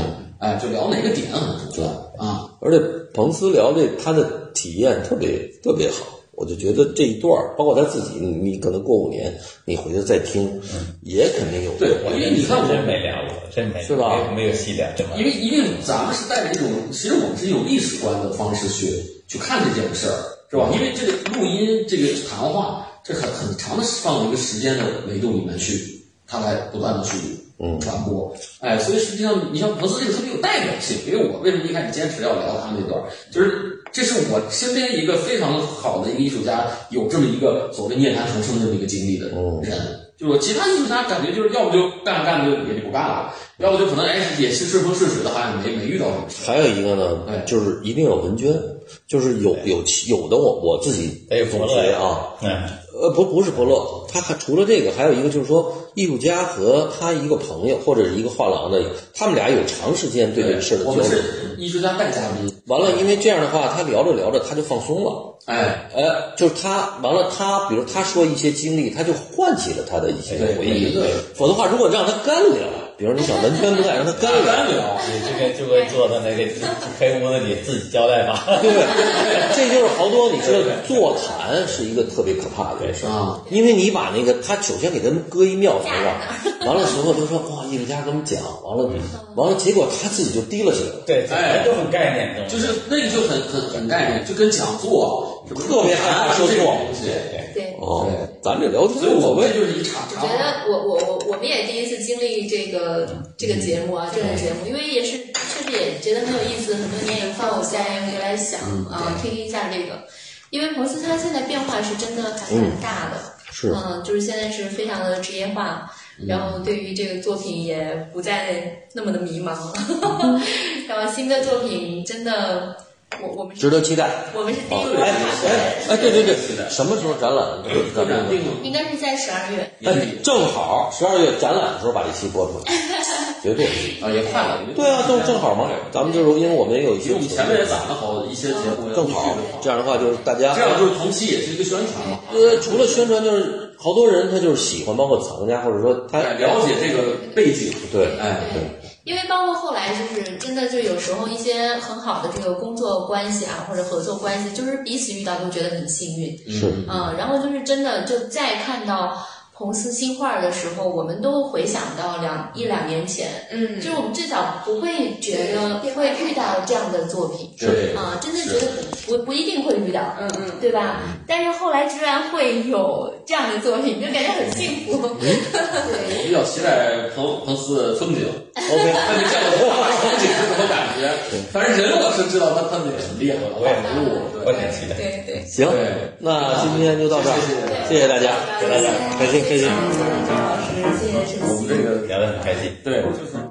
就聊哪个点很重要啊。 而且彭斯聊这他的体验特别好，我就觉得这一段包括他自己，你可能过5年你回头再听，也肯定有对，因为你看我真没聊过，真没是吧？ 没有细聊这么， 因为咱们是带着一种，其实我们是一种历史观的方式去看这件事儿，是吧？因为这个录音这个谈话，这很长的放到一个时间的维度里面去，它来不断的去传播，所以实际上你像彭斯这个特别有代表性，因为我为什么一开始坚持要聊他那段，就是这是我身边一个非常好的一个艺术家，有这么一个所谓念坛重生的这么一个经历的人。就是我其他艺术家感觉就是要不就干就也就不干了，要不就可能也是顺风顺水的，好像没遇到什么事。 还有一个呢，就是一定有文娟，就是有的我自己总结啊，不是伯乐，他还除了这个，还有一个就是说，艺术家和他一个朋友或者是一个画廊的，他们俩有长时间对这个事的交流。 我们是艺术家带嘉宾， 完了，因为这样的话，他聊着他就放松了。就是他完了，他比如他说一些经历，他就唤起了他的一些回忆。否则的话，如果让他干聊，比如你想文娟不在，让他干聊， 你这个就会坐在那个黑屋子里自己交代吧。 对，这就是好多你知道，座谈是一个特别可怕的事啊，因为你把那个他首先给他们搁一庙头上，完了时候都说哇，艺术家给我们讲，完了，结果他自己就提了起来。 对，都很概念， 就是那个就很概念，就跟讲座特别害怕说错东西。 对， 咱这聊天， 所以我们就是一场。 我觉得我们也第一次经历这个节目啊，这个节目，因为也是确实也觉得很有意思，很多年以后放我家人回来想听一下这个，因为彭斯他现在变化是真的还蛮大的， 是就是现在是非常的职业化。然后对于这个作品也不再那么的迷茫，然后新的作品真的，我们值得期待。 我们是第一波看的。 对，什么时候展览？ 应该是在12月。 正好12月展览的时候把这期播出来，绝对也快了。 对啊，正好嘛。咱们就是因为我们也有一些， 我们前面也攒了好一些节目， 正好这样的话就是大家， 这样就是同期也是一个宣传嘛。 除了宣传，就是好多人他就是喜欢，包括藏家或者说他了解这个背景。 对， 因为包括后来就是真的就有时候一些很好的这个工作关系啊或者合作关系，就是彼此遇到都觉得很幸运。然后就是真的就再看到彭斯新画的时候，我们都回想到1-2年前，就是我们至少不会觉得会遇到这样的作品， 对真的觉得不一定会遇到，对吧？但是后来居然会有这样的作品，就感觉很幸福。 我比较期待彭斯的风景。OK， 那你讲的画风景是什么感觉？反正人我是知道他很厉害，我也我挺期待。 对， 行，那今天就到这儿，谢谢大家，开心。 张老师，谢谢陈曦， 我们这个聊得很开心。 对，就是。